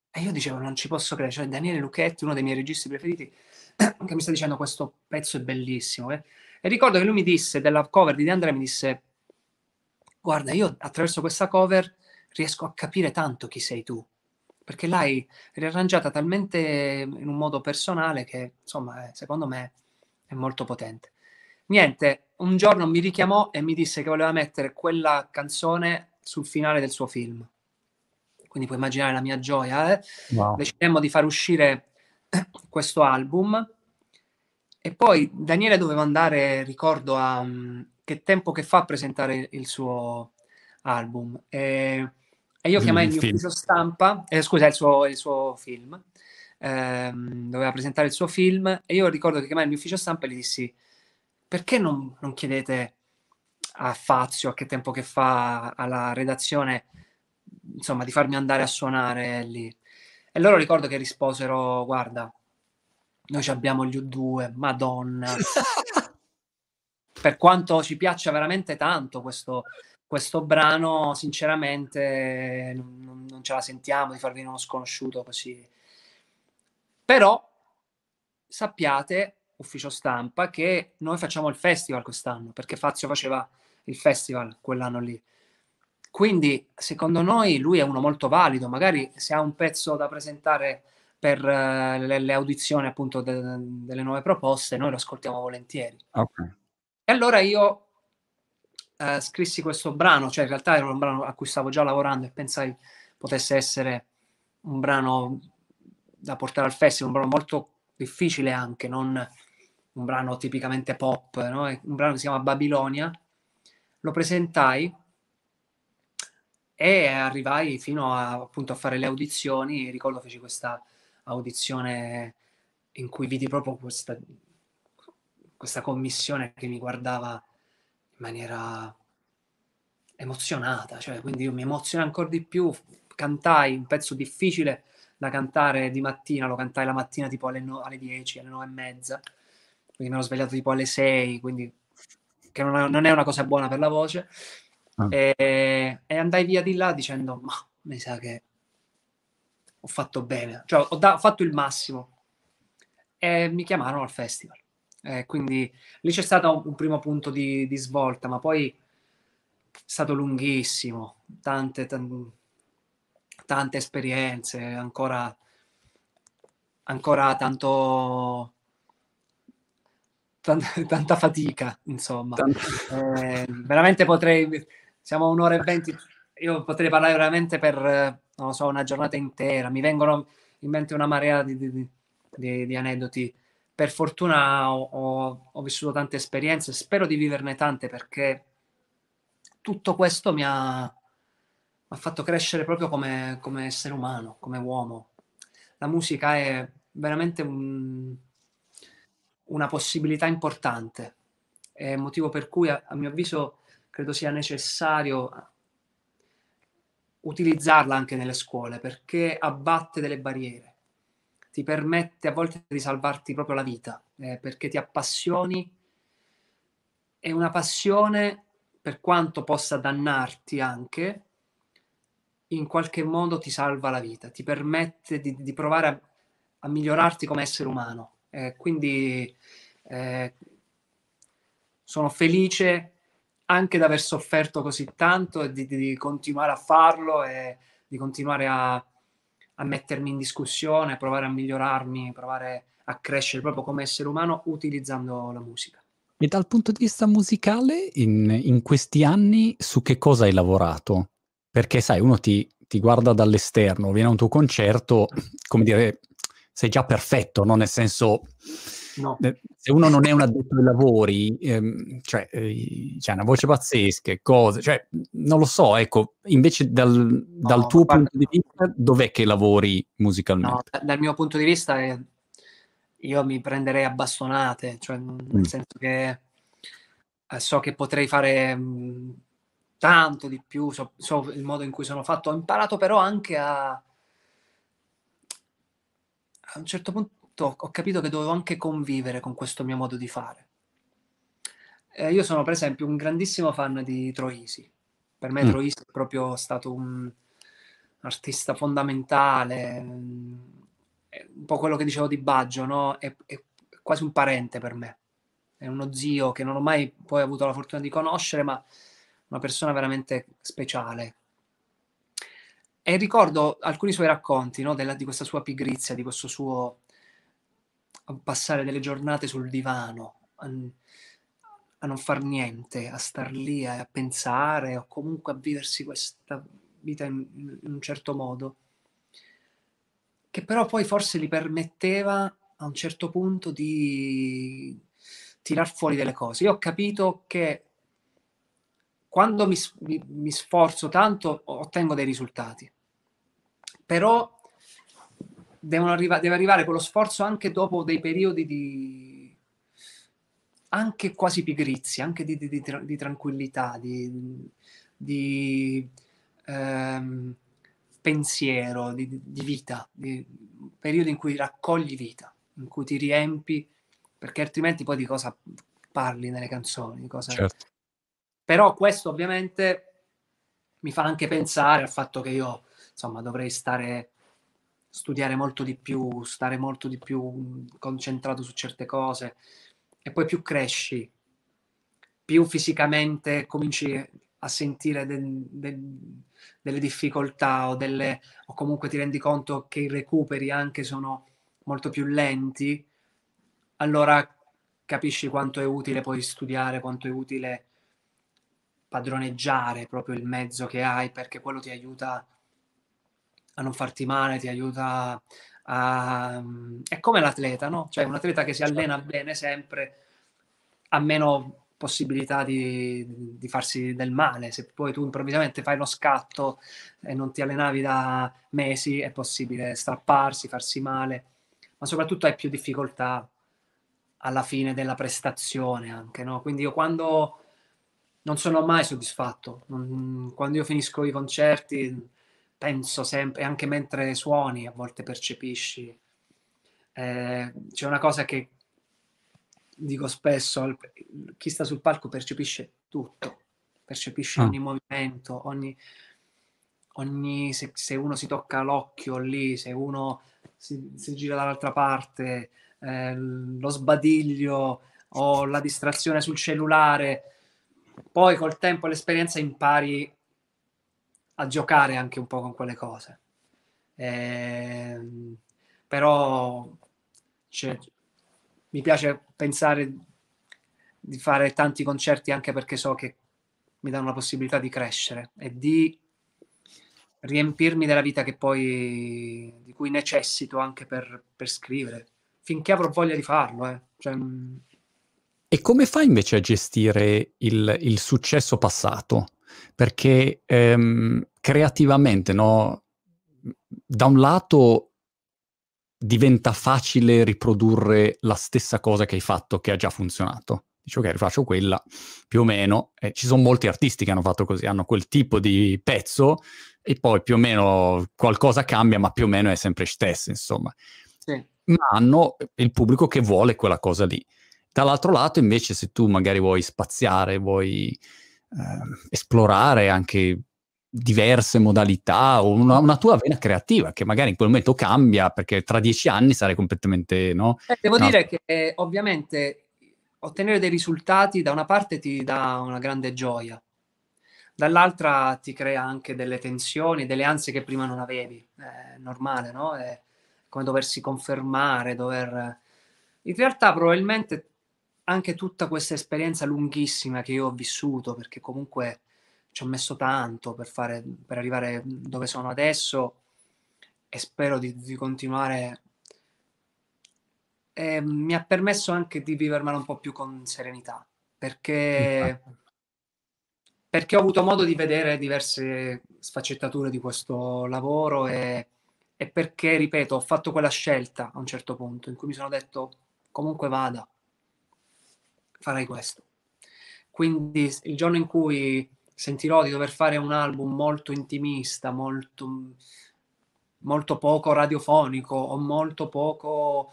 E io dicevo, non ci posso credere, cioè Daniele Lucchetti, uno dei miei registi preferiti, che mi sta dicendo questo pezzo è bellissimo. E ricordo che lui mi disse, della cover di De André, mi disse, guarda, io attraverso questa cover riesco a capire tanto chi sei tu, perché l'hai riarrangiata talmente in un modo personale che, insomma, secondo me è molto potente. Niente, un giorno mi richiamò e mi disse che voleva mettere quella canzone sul finale del suo film. Quindi puoi immaginare la mia gioia. Wow. Decidemmo di far uscire questo album e poi Daniele doveva andare, ricordo, che tempo che fa a presentare il suo album. E io chiamai il Il mio film. ufficio stampa, scusa, il suo film. Doveva presentare il suo film e io ricordo che chiamai il mio ufficio stampa e gli dissi perché non chiedete a Fazio, a che tempo che fa, alla redazione, insomma, di farmi andare a suonare lì. E loro ricordo che risposero, guarda, noi abbiamo gli U2, Madonna, per quanto ci piaccia veramente tanto questo brano, sinceramente non ce la sentiamo di farvi uno sconosciuto così. Però sappiate, ufficio stampa, che noi facciamo il festival quest'anno, perché Fazio faceva il festival quell'anno lì. Quindi, secondo noi, lui è uno molto valido. Magari se ha un pezzo da presentare per le audizioni appunto delle nuove proposte, noi lo ascoltiamo volentieri. Ok. E allora io scrissi questo brano, cioè in realtà era un brano a cui stavo già lavorando e pensai potesse essere un brano da portare al festival, un brano molto difficile anche, non un brano tipicamente pop, no? È un brano che si chiama Babilonia. Lo presentai e arrivai fino a, appunto, a fare le audizioni. Ricordo feci questa audizione in cui vidi proprio questa commissione che mi guardava in maniera emozionata, cioè, quindi io mi emozionai ancora di più, cantai un pezzo difficile da cantare di mattina, lo cantai la mattina tipo alle 10, alle 9:30, quindi mi ero svegliato tipo alle 6, quindi che non è una cosa buona per la voce, Ah. e andai via di là dicendo, ma mi sa che ho fatto bene, cioè ho fatto il massimo, e mi chiamarono al festival. Quindi lì c'è stato un primo punto di svolta, ma poi è stato lunghissimo, tante esperienze, ancora tanta fatica, insomma. Tanto- Veramente siamo a un'ora e 20, io potrei parlare veramente per, non lo so, una giornata intera, mi vengono in mente una marea di aneddoti. Per fortuna ho vissuto tante esperienze, spero di viverne tante perché tutto questo mi ha fatto crescere proprio come essere umano, come uomo. La musica è veramente una possibilità importante, è il motivo per cui a mio avviso credo sia necessario utilizzarla anche nelle scuole perché abbatte delle barriere, ti permette a volte di salvarti proprio la vita, perché ti appassioni e una passione, per quanto possa dannarti anche, in qualche modo ti salva la vita, ti permette di provare a migliorarti come essere umano. Quindi eh, sono felice anche di aver sofferto così tanto e di continuare a farlo e di continuare a mettermi in discussione, provare a migliorarmi, provare a crescere proprio come essere umano utilizzando la musica. E dal punto di vista musicale, in questi anni, su che cosa hai lavorato? Perché, sai, uno ti guarda dall'esterno, viene a un tuo concerto, come dire, sei già perfetto, no? Nel senso, No. se uno non è un addetto ai lavori, cioè, c'è una voce pazzesca, cose, cioè, non lo so, ecco, invece dal No, ma tuo guarda, punto di vista, dov'è che lavori no, musicalmente? dal mio punto di vista io mi prenderei a bastonate, cioè nel Mm. senso che so che potrei fare tanto di più, so il modo in cui sono fatto. Ho imparato però anche a un certo punto ho capito che dovevo anche convivere con questo mio modo di fare. Io sono per esempio un grandissimo fan di Troisi. Per me Mm. Troisi è proprio stato artista fondamentale, è un po' quello che dicevo di Baggio, no? È quasi un parente per me, è uno zio che non ho mai poi avuto la fortuna di conoscere, ma una persona veramente speciale. E ricordo alcuni suoi racconti, no? Di questa sua pigrizia, di questo suo passare delle giornate sul divano, a non far niente, a star lì a pensare o comunque a viversi questa vita in un certo modo, che però poi forse gli permetteva a un certo punto di tirar fuori delle cose. Io ho capito che quando mi sforzo tanto ottengo dei risultati, però deve arrivare quello sforzo anche dopo dei periodi di anche quasi pigrizia, anche di tranquillità, di, ehm, pensiero, di vita, di periodi in cui raccogli vita, in cui ti riempi, perché altrimenti poi di cosa parli nelle canzoni, di cosa... Certo. Però questo ovviamente mi fa anche pensare al fatto che io, insomma, dovrei studiare molto di più, stare molto di più concentrato su certe cose, e poi più cresci, più fisicamente cominci a sentire delle difficoltà o comunque ti rendi conto che i recuperi anche sono molto più lenti, allora capisci quanto è utile poi studiare, quanto è utile padroneggiare proprio il mezzo che hai, perché quello ti aiuta a non farti male, ti aiuta a... È come l'atleta, no? Cioè un atleta che si allena bene sempre ha meno possibilità di farsi del male. Se poi tu improvvisamente fai uno scatto e non ti allenavi da mesi, è possibile strapparsi, farsi male, ma soprattutto hai più difficoltà alla fine della prestazione anche, no? Quindi io quando non sono mai soddisfatto, quando io finisco i concerti penso sempre, anche mentre suoni, a volte percepisci. C'è una cosa che dico spesso, chi sta sul palco percepisce tutto, percepisce Ah. ogni movimento, se uno si tocca l'occhio lì, se uno si gira dall'altra parte, lo sbadiglio o la distrazione sul cellulare. Poi col tempo e l'esperienza impari a giocare anche un po' con quelle cose. Eh, però cioè, mi piace pensare di fare tanti concerti anche perché so che mi danno la possibilità di crescere e di riempirmi della vita di cui necessito anche per scrivere, finché avrò voglia di farlo. Cioè, E come fai invece a gestire il successo passato? Perché creativamente, no? Da un lato diventa facile riprodurre la stessa cosa che hai fatto, che ha già funzionato. Dici, ok, rifaccio quella, più o meno. Ci sono molti artisti che hanno fatto così, hanno quel tipo di pezzo e poi più o meno qualcosa cambia, ma più o meno è sempre stesso, insomma. sì. Ma hanno il pubblico che vuole quella cosa lì. Dall'altro lato, invece, se tu magari vuoi spaziare, vuoi esplorare anche diverse modalità o una tua vena creativa che magari in quel momento cambia perché tra 10 anni sarai completamente, no? Devo No. dire che ovviamente ottenere dei risultati da una parte ti dà una grande gioia, dall'altra ti crea anche delle tensioni, delle ansie che prima non avevi. È normale, no? È come doversi confermare, dover... In realtà probabilmente anche tutta questa esperienza lunghissima che io ho vissuto, perché comunque ci ho messo tanto per arrivare dove sono adesso e spero di continuare, mi ha permesso anche di vivermela un po' più con serenità, perché, perché ho avuto modo di vedere diverse sfaccettature di questo lavoro e perché, ripeto, ho fatto quella scelta a un certo punto in cui mi sono detto comunque vada, farai questo. Quindi il giorno in cui sentirò di dover fare un album molto intimista, molto poco radiofonico o molto poco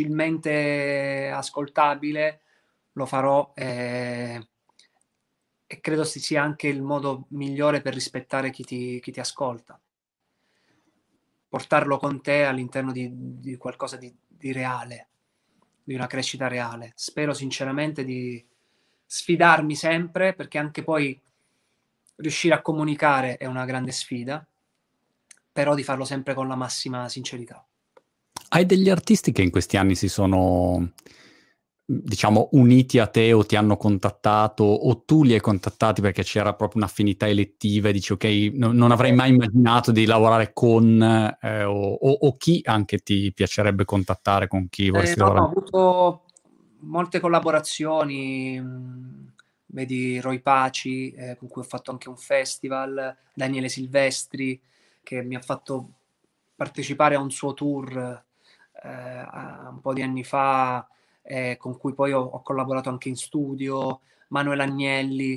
facilmente ascoltabile, lo farò e credo sia anche il modo migliore per rispettare chi ti ascolta. Portarlo con te all'interno di qualcosa di reale, di una crescita reale. Spero sinceramente di sfidarmi sempre, perché anche poi riuscire a comunicare è una grande sfida, però di farlo sempre con la massima sincerità. Hai degli artisti che in questi anni si sono, diciamo, uniti a te o ti hanno contattato o tu li hai contattati perché c'era proprio un'affinità elettiva e dici ok, non avrei mai immaginato di lavorare con o chi anche ti piacerebbe contattare, con chi vorresti lavorare? Ho avuto molte collaborazioni, vedi Roy Paci, con cui ho fatto anche un festival, Daniele Silvestri, che mi ha fatto partecipare a un suo tour un po' di anni fa, con cui poi ho collaborato anche in studio, Manuel Agnelli,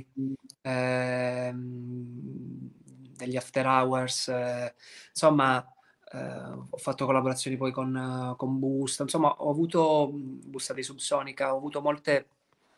degli After Hours, insomma, ho fatto collaborazioni poi con Busta, insomma ho avuto Busta di Subsonica, ho avuto molte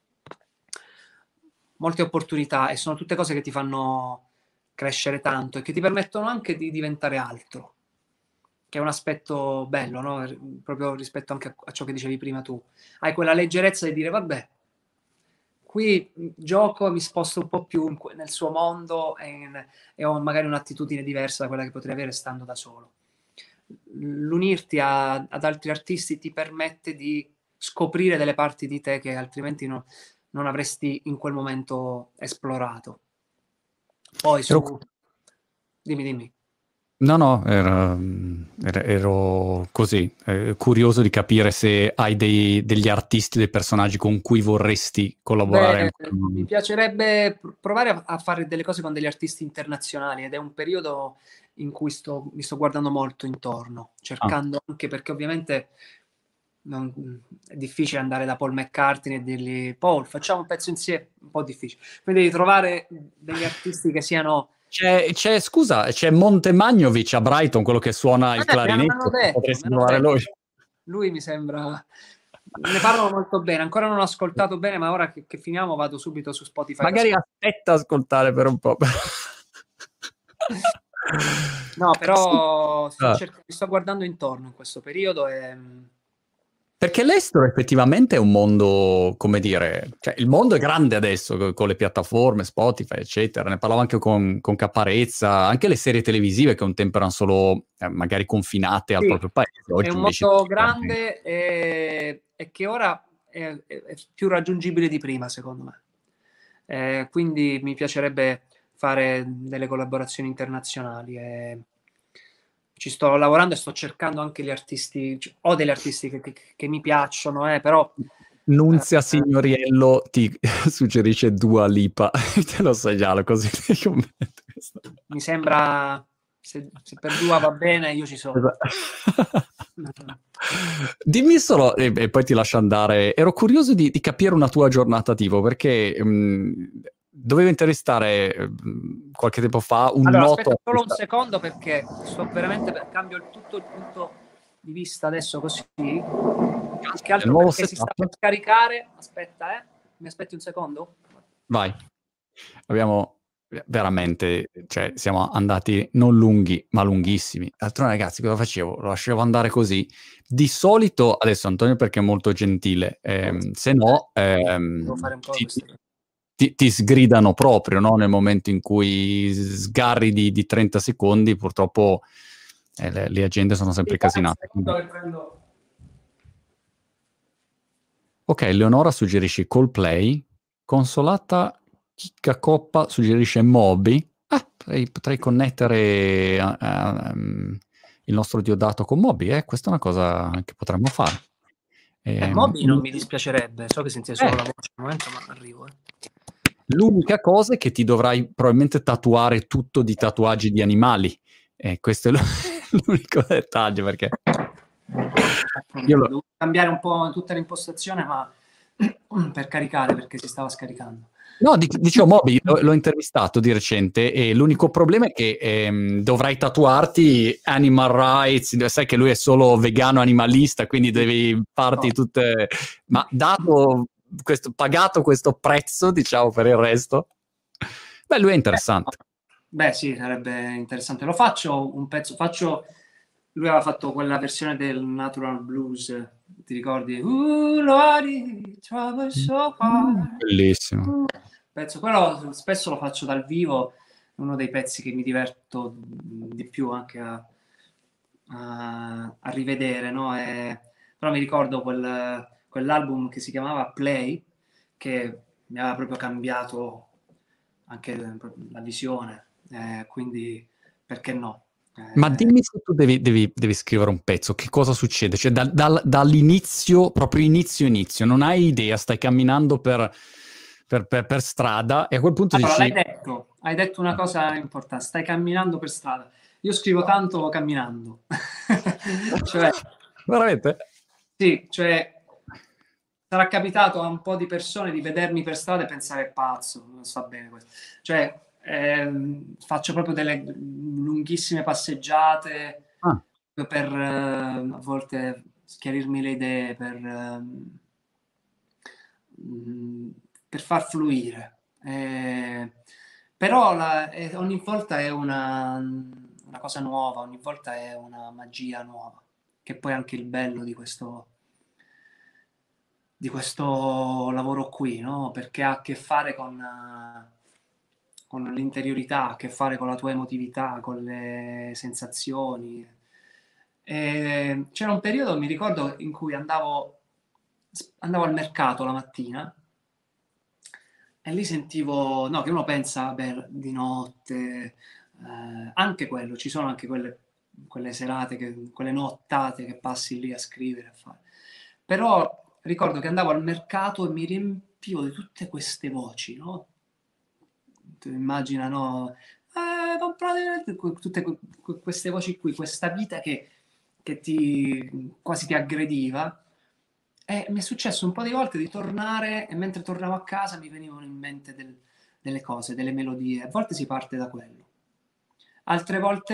opportunità, e sono tutte cose che ti fanno crescere tanto e che ti permettono anche di diventare altro, che è un aspetto bello, no? Proprio rispetto anche a ciò che dicevi prima tu. Hai quella leggerezza di dire vabbè, qui gioco, mi sposto un po' più nel suo mondo e ho magari un'attitudine diversa da quella che potrei avere stando da solo. L'unirti ad altri artisti ti permette di scoprire delle parti di te che altrimenti non avresti in quel momento esplorato. Poi dimmi. No, ero così, curioso di capire se hai degli artisti, dei personaggi con cui vorresti collaborare. Mi piacerebbe provare a fare delle cose con degli artisti internazionali, ed è un periodo in cui mi sto guardando molto intorno, cercando anche, perché ovviamente è difficile andare da Paul McCartney e dirgli Paul, facciamo un pezzo insieme, un po' difficile. Quindi devi trovare degli artisti che siano... c'è Montemagnovic a Brighton, quello che suona il clarinetto, potresti trovare lui. Lui mi sembra... Ne parlano molto bene, ancora non ho ascoltato bene, ma ora che finiamo vado subito su Spotify. Magari aspetta ascoltare per un po'. No, però sto guardando intorno in questo periodo e... Perché l'estero effettivamente è un mondo, come dire, cioè il mondo è grande adesso con le piattaforme, Spotify, eccetera. Ne parlavo anche con Caparezza, anche le serie televisive che un tempo erano solo magari confinate al proprio paese. Oggi è un mondo grande e che ora è più raggiungibile di prima, secondo me. Quindi mi piacerebbe fare delle collaborazioni internazionali e ci sto lavorando e sto cercando anche gli artisti, ho degli artisti che mi piacciono, però... Nunzia Signoriello ti suggerisce Dua Lipa, te lo segnalo così nei commenti. Mi sembra, se per Dua va bene, io ci sono. Dimmi solo, e poi ti lascio andare, ero curioso di capire una tua giornata tipo, perché dovevo intervistare qualche tempo fa un allora, noto... aspetta solo un secondo, perché sto veramente cambio tutto il punto di vista adesso così, che altro perché si sta per scaricare. Aspetta, mi aspetti un secondo? Vai. Abbiamo veramente, cioè siamo andati non lunghi ma lunghissimi. D'altronde ragazzi, cosa facevo? Lo lasciavo andare così. Di solito, adesso Antonio perché è molto gentile, se no devo fare un po' ti sgridano proprio, no? Nel momento in cui sgarri di 30 secondi, purtroppo le agende sono sempre casinate. Ok, Leonora suggerisce Coldplay, Consolata Chicca Coppa suggerisce Moby. Potrei connettere il nostro Diodato con Moby, questa è una cosa che potremmo fare. Moby non mi dispiacerebbe, so che sentite solo la voce al momento, ma arrivo. L'unica cosa è che ti dovrai probabilmente tatuare tutto di tatuaggi di animali. Questo è l'unico dettaglio, perché... Devo cambiare un po' tutta l'impostazione, ma per caricare, perché si stava scaricando. No, dicevo, Moby l'ho intervistato di recente e l'unico problema è che dovrai tatuarti animal rights, sai che lui è solo vegano animalista, quindi devi farti tutte... Ma pagato questo prezzo, diciamo, per il resto? Beh, lui è interessante. Beh, sì, sarebbe interessante. Lo faccio un pezzo, lui aveva fatto quella versione del Natural Blues, ti ricordi? Lordy, trouble so hard. Bellissimo. Pezzo, quello spesso lo faccio dal vivo, è uno dei pezzi che mi diverto di più anche a rivedere, no? Però mi ricordo quell'album che si chiamava Play, che mi aveva proprio cambiato anche la visione, quindi perché no? Ma dimmi se tu devi scrivere un pezzo, che cosa succede? Cioè dall'inizio, proprio inizio, non hai idea, stai camminando per strada e a quel punto Allora, dici... hai detto una cosa importante, stai camminando per strada. Io scrivo tanto camminando. Cioè, Veramente? sì, cioè sarà capitato a un po' di persone di vedermi per strada e pensare pazzo, non sta bene questo. Cioè, faccio proprio delle lunghissime passeggiate Ah. per a volte schiarirmi le idee, per far fluire. Però ogni volta è una cosa nuova, ogni volta è una magia nuova, che poi è anche il bello di questo lavoro qui, no? Perché ha a che fare con l'interiorità, ha a che fare con la tua emotività, con le sensazioni. C'era un periodo, mi ricordo, in cui andavo al mercato la mattina e lì sentivo, no, che uno pensa, beh, di notte, anche quello, ci sono anche quelle serate, quelle nottate che passi lì a scrivere, a fare. Però ricordo che andavo al mercato e mi riempivo di tutte queste voci, no? Tu immagina, no? Comprate tutte queste voci qui, questa vita che quasi ti aggrediva. E mi è successo un po' di volte di tornare e mentre tornavo a casa mi venivano in mente delle cose, delle melodie. A volte si parte da quello. Altre volte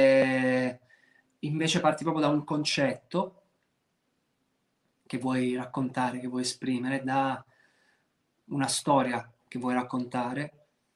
invece parti proprio da un concetto che vuoi raccontare, che vuoi esprimere, da una storia che vuoi raccontare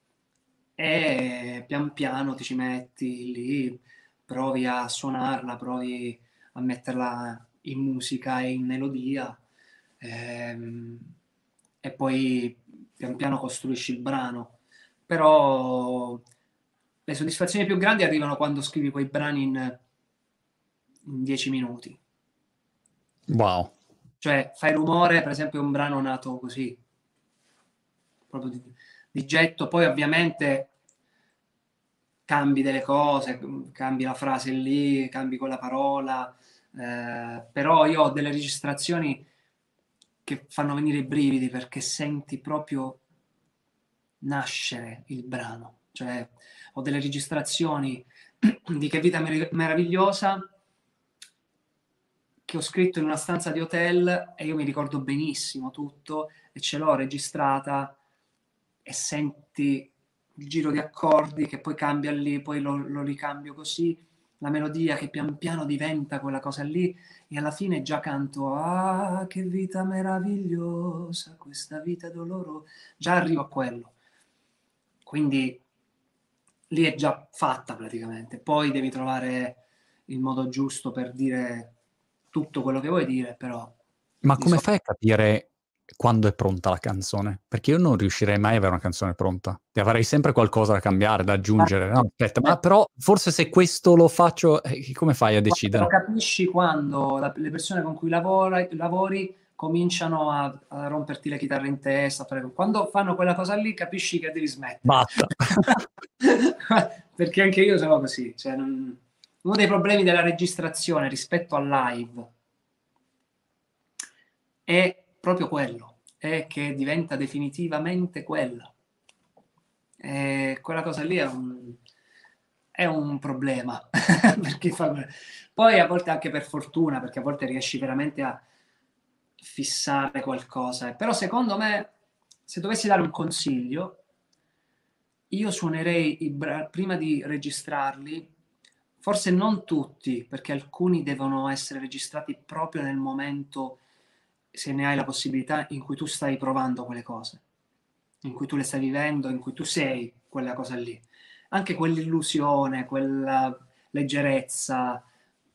e pian piano ti ci metti lì, provi a suonarla, provi a metterla in musica e in melodia ehm, e poi pian piano costruisci il brano. Però le soddisfazioni più grandi arrivano quando scrivi quei brani in 10 minuti. Wow. Cioè, Fai rumore, per esempio, è un brano nato così, proprio di getto. Poi ovviamente cambi delle cose, cambi la frase lì, cambi quella parola, però io ho delle registrazioni che fanno venire i brividi perché senti proprio nascere il brano. Cioè, ho delle registrazioni di Che vita meravigliosa che ho scritto in una stanza di hotel e io mi ricordo benissimo tutto e ce l'ho registrata e senti il giro di accordi che poi cambia lì, poi lo ricambio così, la melodia che pian piano diventa quella cosa lì e alla fine già canto ah che vita meravigliosa, questa vita dolorosa, già arrivo a quello. Quindi lì è già fatta praticamente, poi devi trovare il modo giusto per dire tutto quello che vuoi dire, però Ma di come solito fai a capire quando è pronta la canzone? Perché io non riuscirei mai ad avere una canzone pronta. E avrei sempre qualcosa da cambiare, da aggiungere. No, aspetta, ma però forse se questo lo faccio, come fai a lo decidere? capisci quando le persone con cui lavori cominciano a romperti le chitarre in testa. Quando fanno quella cosa lì, capisci che devi smettere. Basta. Perché anche io sono così. Cioè, uno dei problemi della registrazione rispetto al live è proprio quello, è che diventa definitivamente quella. E quella cosa lì è un problema. Poi a volte anche per fortuna, perché a volte riesci veramente a fissare qualcosa. Però secondo me, se dovessi dare un consiglio, io suonerei prima di registrarli, forse non tutti, perché alcuni devono essere registrati proprio nel momento, se ne hai la possibilità, in cui tu stai provando quelle cose. in cui tu le stai vivendo, in cui tu sei quella cosa lì. Anche quell'illusione, quella leggerezza,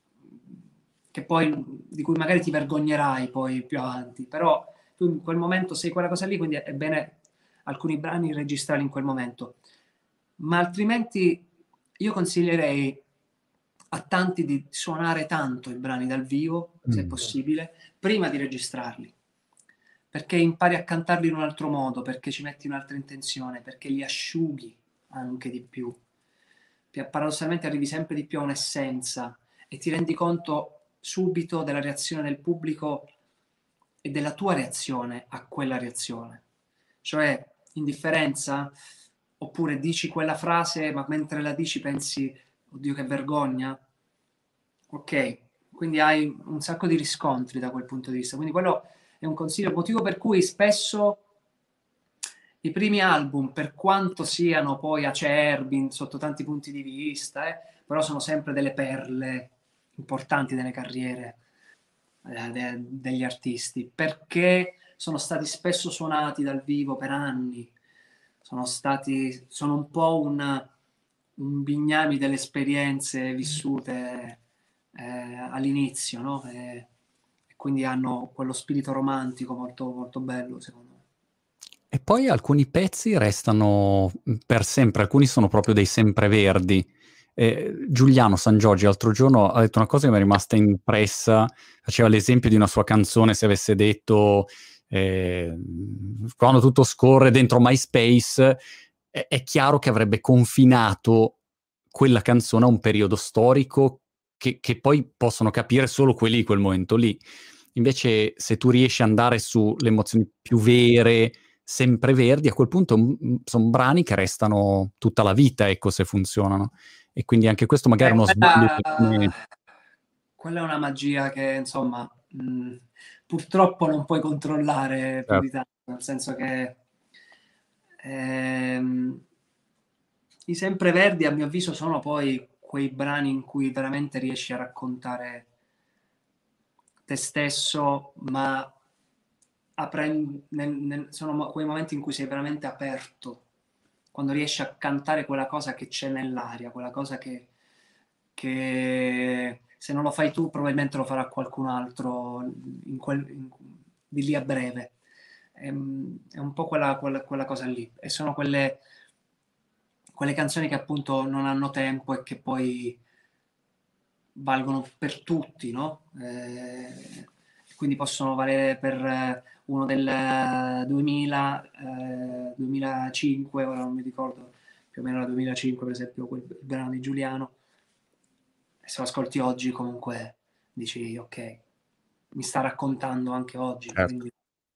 che poi, di cui magari ti vergognerai poi più avanti, però tu in quel momento sei quella cosa lì, quindi è bene alcuni brani registrarli in quel momento. Ma altrimenti io consiglierei a tanti di suonare tanto i brani dal vivo, se possibile, prima di registrarli, perché impari a cantarli in un altro modo, perché ci metti un'altra intenzione, perché li asciughi anche di più. Paradossalmente arrivi sempre di più a un'essenza e ti rendi conto subito della reazione del pubblico e della tua reazione a quella reazione. Cioè, indifferenza, oppure dici quella frase, ma mentre la dici pensi, oddio che vergogna. Ok, quindi hai un sacco di riscontri da quel punto di vista. Quindi quello è un consiglio, motivo per cui spesso i primi album, per quanto siano poi acerbi sotto tanti punti di vista, però sono sempre delle perle importanti nelle carriere degli artisti, perché sono stati spesso suonati dal vivo per anni, sono un po' un bignami delle esperienze vissute all'inizio, no? E quindi hanno quello spirito romantico molto, molto bello, secondo me. E poi alcuni pezzi restano per sempre, alcuni sono proprio dei sempreverdi. Giuliano Sangiorgi l'altro giorno ha detto una cosa che mi è rimasta impressa, faceva l'esempio di una sua canzone, se avesse detto quando tutto scorre dentro MySpace, è chiaro che avrebbe confinato quella canzone a un periodo storico che poi possono capire solo quelli di quel momento lì. Invece se tu riesci ad andare sulle emozioni più vere, sempreverdi, a quel punto sono brani che restano tutta la vita, ecco, se funzionano. E quindi anche questo magari è uno sbaglio. Quella è una magia che, insomma, purtroppo non puoi controllare più di tanto, nel senso che i sempreverdi, a mio avviso, sono poi quei brani in cui veramente riesci a raccontare te stesso, ma sono quei momenti in cui sei veramente aperto, quando riesci a cantare quella cosa che c'è nell'aria, quella cosa che se non lo fai tu probabilmente lo farà qualcun altro di lì a breve. È un po' quella cosa lì. E sono quelle canzoni che appunto non hanno tempo e che poi valgono per tutti, no? Quindi possono valere per uno del 2000, 2005, ora non mi ricordo, più o meno era 2005 per esempio, quel brano di Giuliano. E se lo ascolti oggi comunque dici ok, mi sta raccontando anche oggi. Certo. Quindi...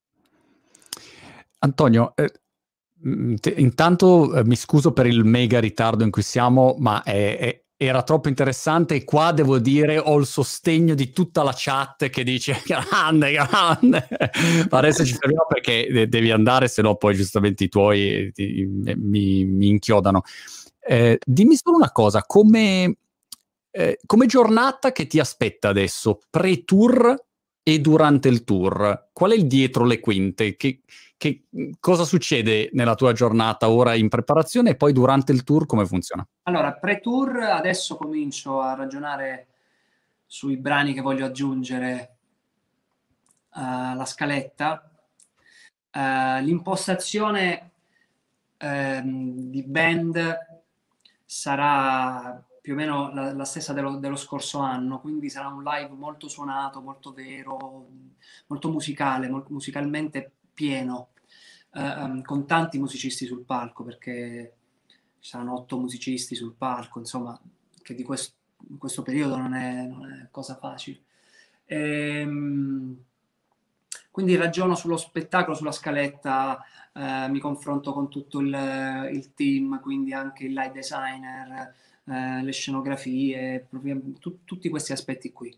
Antonio, intanto mi scuso per il mega ritardo in cui siamo, ma era troppo interessante e qua devo dire ho il sostegno di tutta la chat che dice grande, grande. Ma adesso ci fermiamo perché devi andare, se no poi giustamente i tuoi mi inchiodano. Dimmi solo una cosa, come giornata che ti aspetta adesso, pre-tour e durante il tour? Qual è il dietro le quinte? Cosa succede nella tua giornata ora in preparazione e poi durante il tour come funziona? Allora, pre-tour adesso comincio a ragionare sui brani che voglio aggiungere alla scaletta. L'impostazione di band sarà più o meno la stessa dello scorso anno, quindi sarà un live molto suonato, molto vero, molto musicale, musicalmente pieno, con tanti musicisti sul palco, perché ci saranno 8 musicisti sul palco, insomma, che in questo periodo non è cosa facile. Quindi ragiono sullo spettacolo, sulla scaletta, mi confronto con tutto il team, quindi anche il light designer, le scenografie, tutti questi aspetti qui.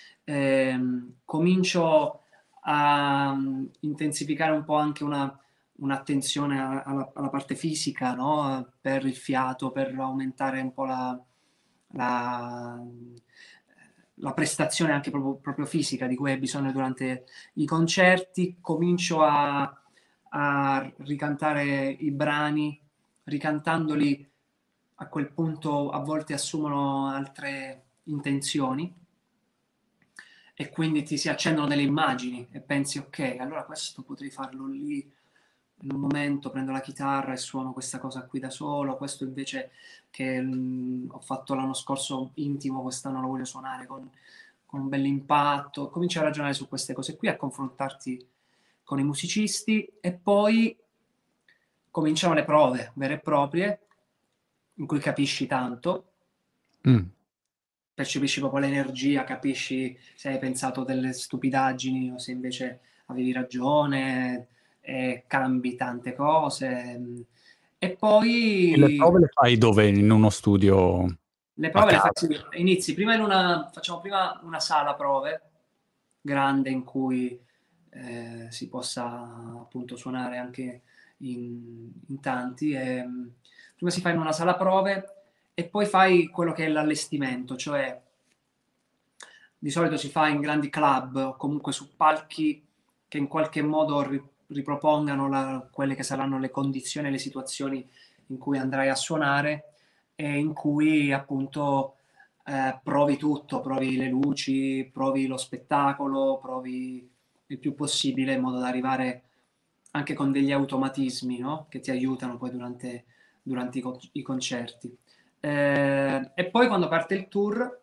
Comincio a intensificare un po' anche un'attenzione alla parte fisica, no? Per il fiato, per aumentare un po' la prestazione anche proprio fisica di cui hai bisogno durante i concerti. Comincio a a ricantare i brani, ricantandoli a quel punto a volte assumono altre intenzioni e quindi ti si accendono delle immagini e pensi ok, allora questo potrei farlo lì in un momento, prendo la chitarra e suono questa cosa qui da solo, questo invece che ho fatto l'anno scorso intimo, quest'anno lo voglio suonare con un bell'impatto, cominci a ragionare su queste cose qui, a confrontarti con i musicisti e poi cominciano le prove vere e proprie in cui capisci tanto, percepisci proprio l'energia, capisci se hai pensato delle stupidaggini o se invece avevi ragione, e cambi tante cose. E E le poi prove le fai dove? In uno studio le a prove le casa? faccio, inizi prima facciamo prima una sala prove grande in cui si possa appunto suonare anche in tanti. Prima si fa in una sala prove e poi fai quello che è l'allestimento, cioè di solito si fa in grandi club o comunque su palchi che in qualche modo ripropongano quelle che saranno le condizioni e le situazioni in cui andrai a suonare e in cui appunto provi tutto, provi le luci, provi lo spettacolo, provi il più possibile in modo da arrivare anche con degli automatismi, no? Che ti aiutano poi durante i concerti. E poi quando parte il tour,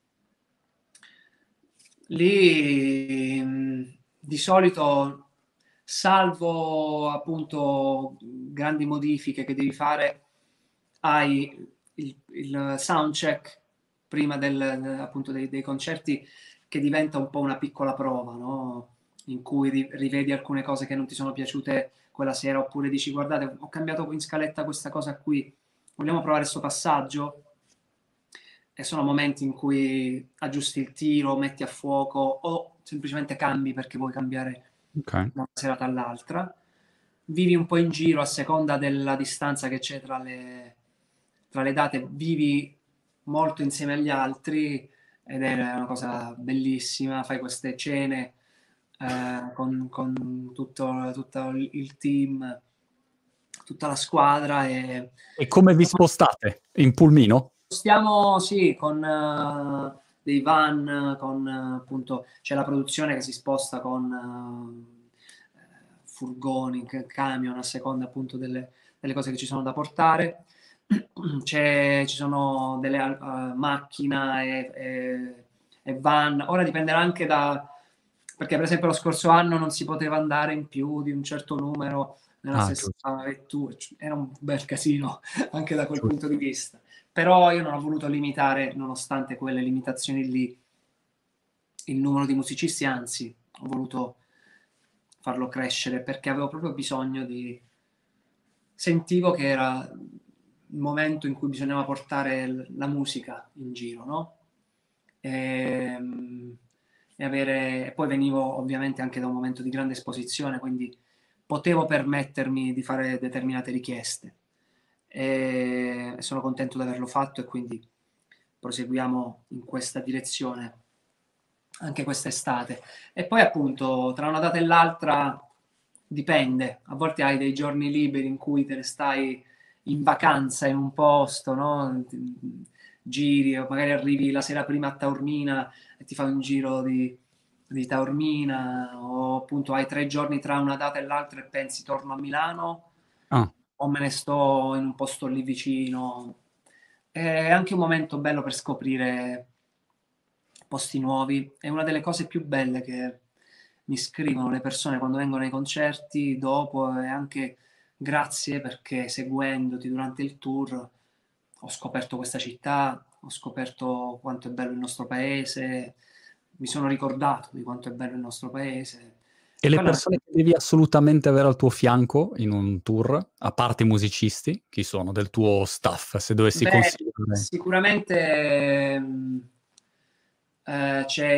lì di solito, salvo appunto grandi modifiche che devi fare, hai il soundcheck prima appunto dei concerti che diventa un po' una piccola prova, no? In cui rivedi alcune cose che non ti sono piaciute quella sera oppure dici guardate ho cambiato in scaletta questa cosa qui, vogliamo provare questo passaggio? E sono momenti in cui aggiusti il tiro, metti a fuoco o semplicemente cambi perché vuoi cambiare Okay. da una serata all'altra. Vivi un po' in giro a seconda della distanza che c'è tra le date, vivi molto insieme agli altri ed è una cosa bellissima, fai queste cene con tutto il team, tutta la squadra E come vi spostate? In pulmino? stiamo, sì, con dei van, con appunto c'è la produzione che si sposta con furgoni, camion a seconda appunto delle cose che ci sono da portare. Ci sono delle macchina e van. Ora dipenderà anche perché per esempio lo scorso anno non si poteva andare in più di un certo numero nella stessa Giusto, vettura, era un bel casino anche da quel giusto. punto di vista. Però io non ho voluto limitare, nonostante quelle limitazioni lì, il numero di musicisti, anzi, ho voluto farlo crescere perché avevo proprio bisogno sentivo che era il momento in cui bisognava portare la musica in giro, no? E, e poi venivo ovviamente anche da un momento di grande esposizione, quindi potevo permettermi di fare determinate richieste. E sono contento di averlo fatto e quindi proseguiamo in questa direzione anche quest'estate. E poi appunto tra una data e l'altra dipende, a volte hai dei giorni liberi in cui te ne stai in vacanza in un posto, no? Giri o magari arrivi la sera prima a Taormina e ti fai un giro di Taormina o appunto hai 3 giorni tra una data e l'altra e pensi torno a Milano Ah, o me ne sto in un posto lì vicino. È anche un momento bello per scoprire posti nuovi. È una delle cose più belle che mi scrivono le persone quando vengono ai concerti dopo e anche grazie perché seguendoti durante il tour ho scoperto questa città, ho scoperto quanto è bello il nostro paese, mi sono ricordato di quanto è bello il nostro paese. e E le quella è persone che devi assolutamente avere al tuo fianco in un tour, a parte i musicisti, chi sono del tuo staff, se dovessi beh, consigliare? sicuramente c'è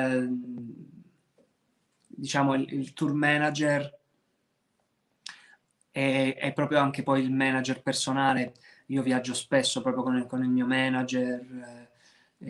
diciamo il tour manager e proprio anche poi il manager personale. Io viaggio spesso proprio con il mio manager,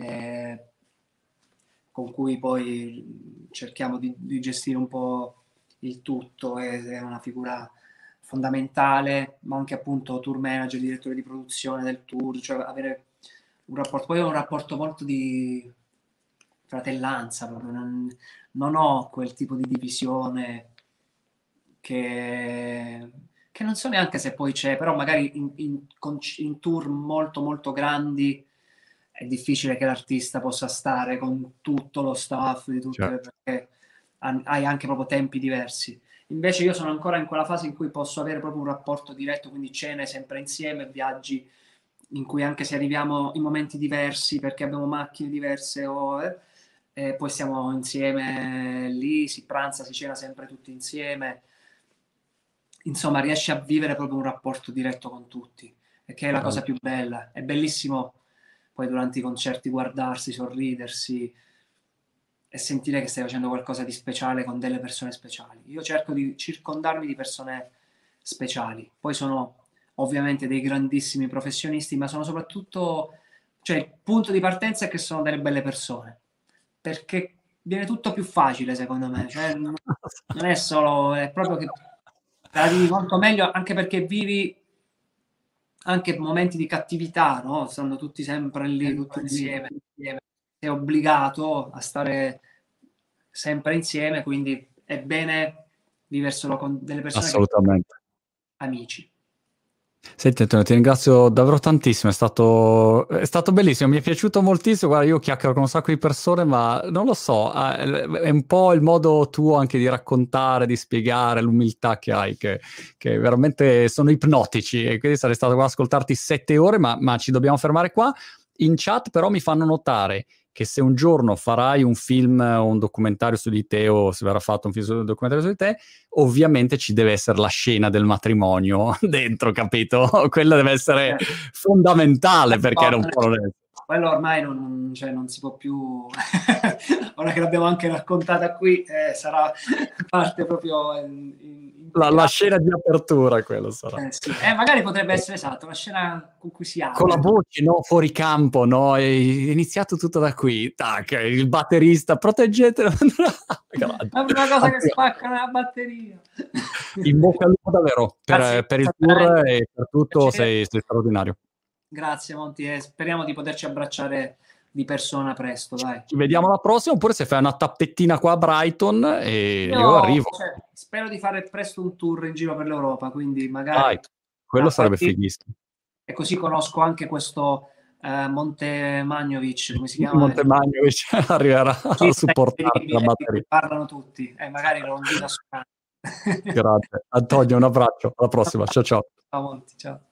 con cui poi cerchiamo di gestire un po' il tutto, è una figura fondamentale, ma anche appunto tour manager, direttore di produzione del tour, cioè avere un rapporto, poi ho un rapporto molto di fratellanza, proprio. Non ho quel tipo di divisione che non so neanche se poi c'è, però magari in tour molto molto grandi è difficile che l'artista possa stare con tutto lo staff di tutte Certo. perché hai anche proprio tempi diversi. Invece io sono ancora in quella fase in cui posso avere proprio un rapporto diretto, quindi cene sempre insieme, viaggi in cui anche se arriviamo in momenti diversi perché abbiamo macchine diverse poi siamo insieme lì, si pranza, si cena sempre tutti insieme. Insomma, riesci a vivere proprio un rapporto diretto con tutti, e che è la cosa più bella. È bellissimo poi durante i concerti guardarsi, sorridersi e sentire che stai facendo qualcosa di speciale con delle persone speciali. Io cerco di circondarmi di persone speciali. Poi sono ovviamente dei grandissimi professionisti, ma sono soprattutto, cioè il punto di partenza è che sono delle belle persone, perché viene tutto più facile secondo me, cioè non è solo, è proprio che te la vivi molto meglio, anche perché vivi anche momenti di cattività, no? Stanno tutti sempre lì, tutti insieme. Sei obbligato a stare sempre insieme, quindi è bene viverselo con delle persone che Assolutamente. amici. Senti Antonio, ti ringrazio davvero tantissimo, è stato bellissimo, mi è piaciuto moltissimo, guarda io chiacchiero con un sacco di persone, ma non lo so, è un po' il modo tuo anche di raccontare, di spiegare, l'umiltà che hai, che veramente sono ipnotici, e quindi sarei stato qua ad ascoltarti 7 ore, ma ci dobbiamo fermare qua. In chat però mi fanno notare che se un giorno farai un film o un documentario su di te, o se verrà fatto un film o un documentario su di te, ovviamente ci deve essere la scena del matrimonio dentro, capito? Quello deve essere fondamentale perché non può non essere. Quello ormai non si può più, ora che l'abbiamo anche raccontata qui, sarà parte proprio La scena di apertura, quello sarà. sì. Magari potrebbe essere esatto, la scena con cui si Con la apre. voce, no? Fuori campo, no? È iniziato tutto da qui. Tac, il batterista, proteggetelo. È una cosa che spacca nella batteria. In bocca al lupo davvero per il tour e per tutto, sei straordinario. Grazie Monti, e speriamo di poterci abbracciare di persona presto, dai. Ci vediamo alla prossima, oppure se fai una tappettina qua a Brighton e io arrivo. Spero di fare presto un tour in giro per l'Europa, quindi magari Dai, quello sarebbe fighissimo. E così conosco anche questo Monte Magnovic, come si chiama? Monte Magnovic arriverà a supportarti la batteria. Parlano tutti, magari lo invito a suonare. Grazie. Antonio, un abbraccio, alla prossima. Ciao ciao. Ciao Monti, ciao.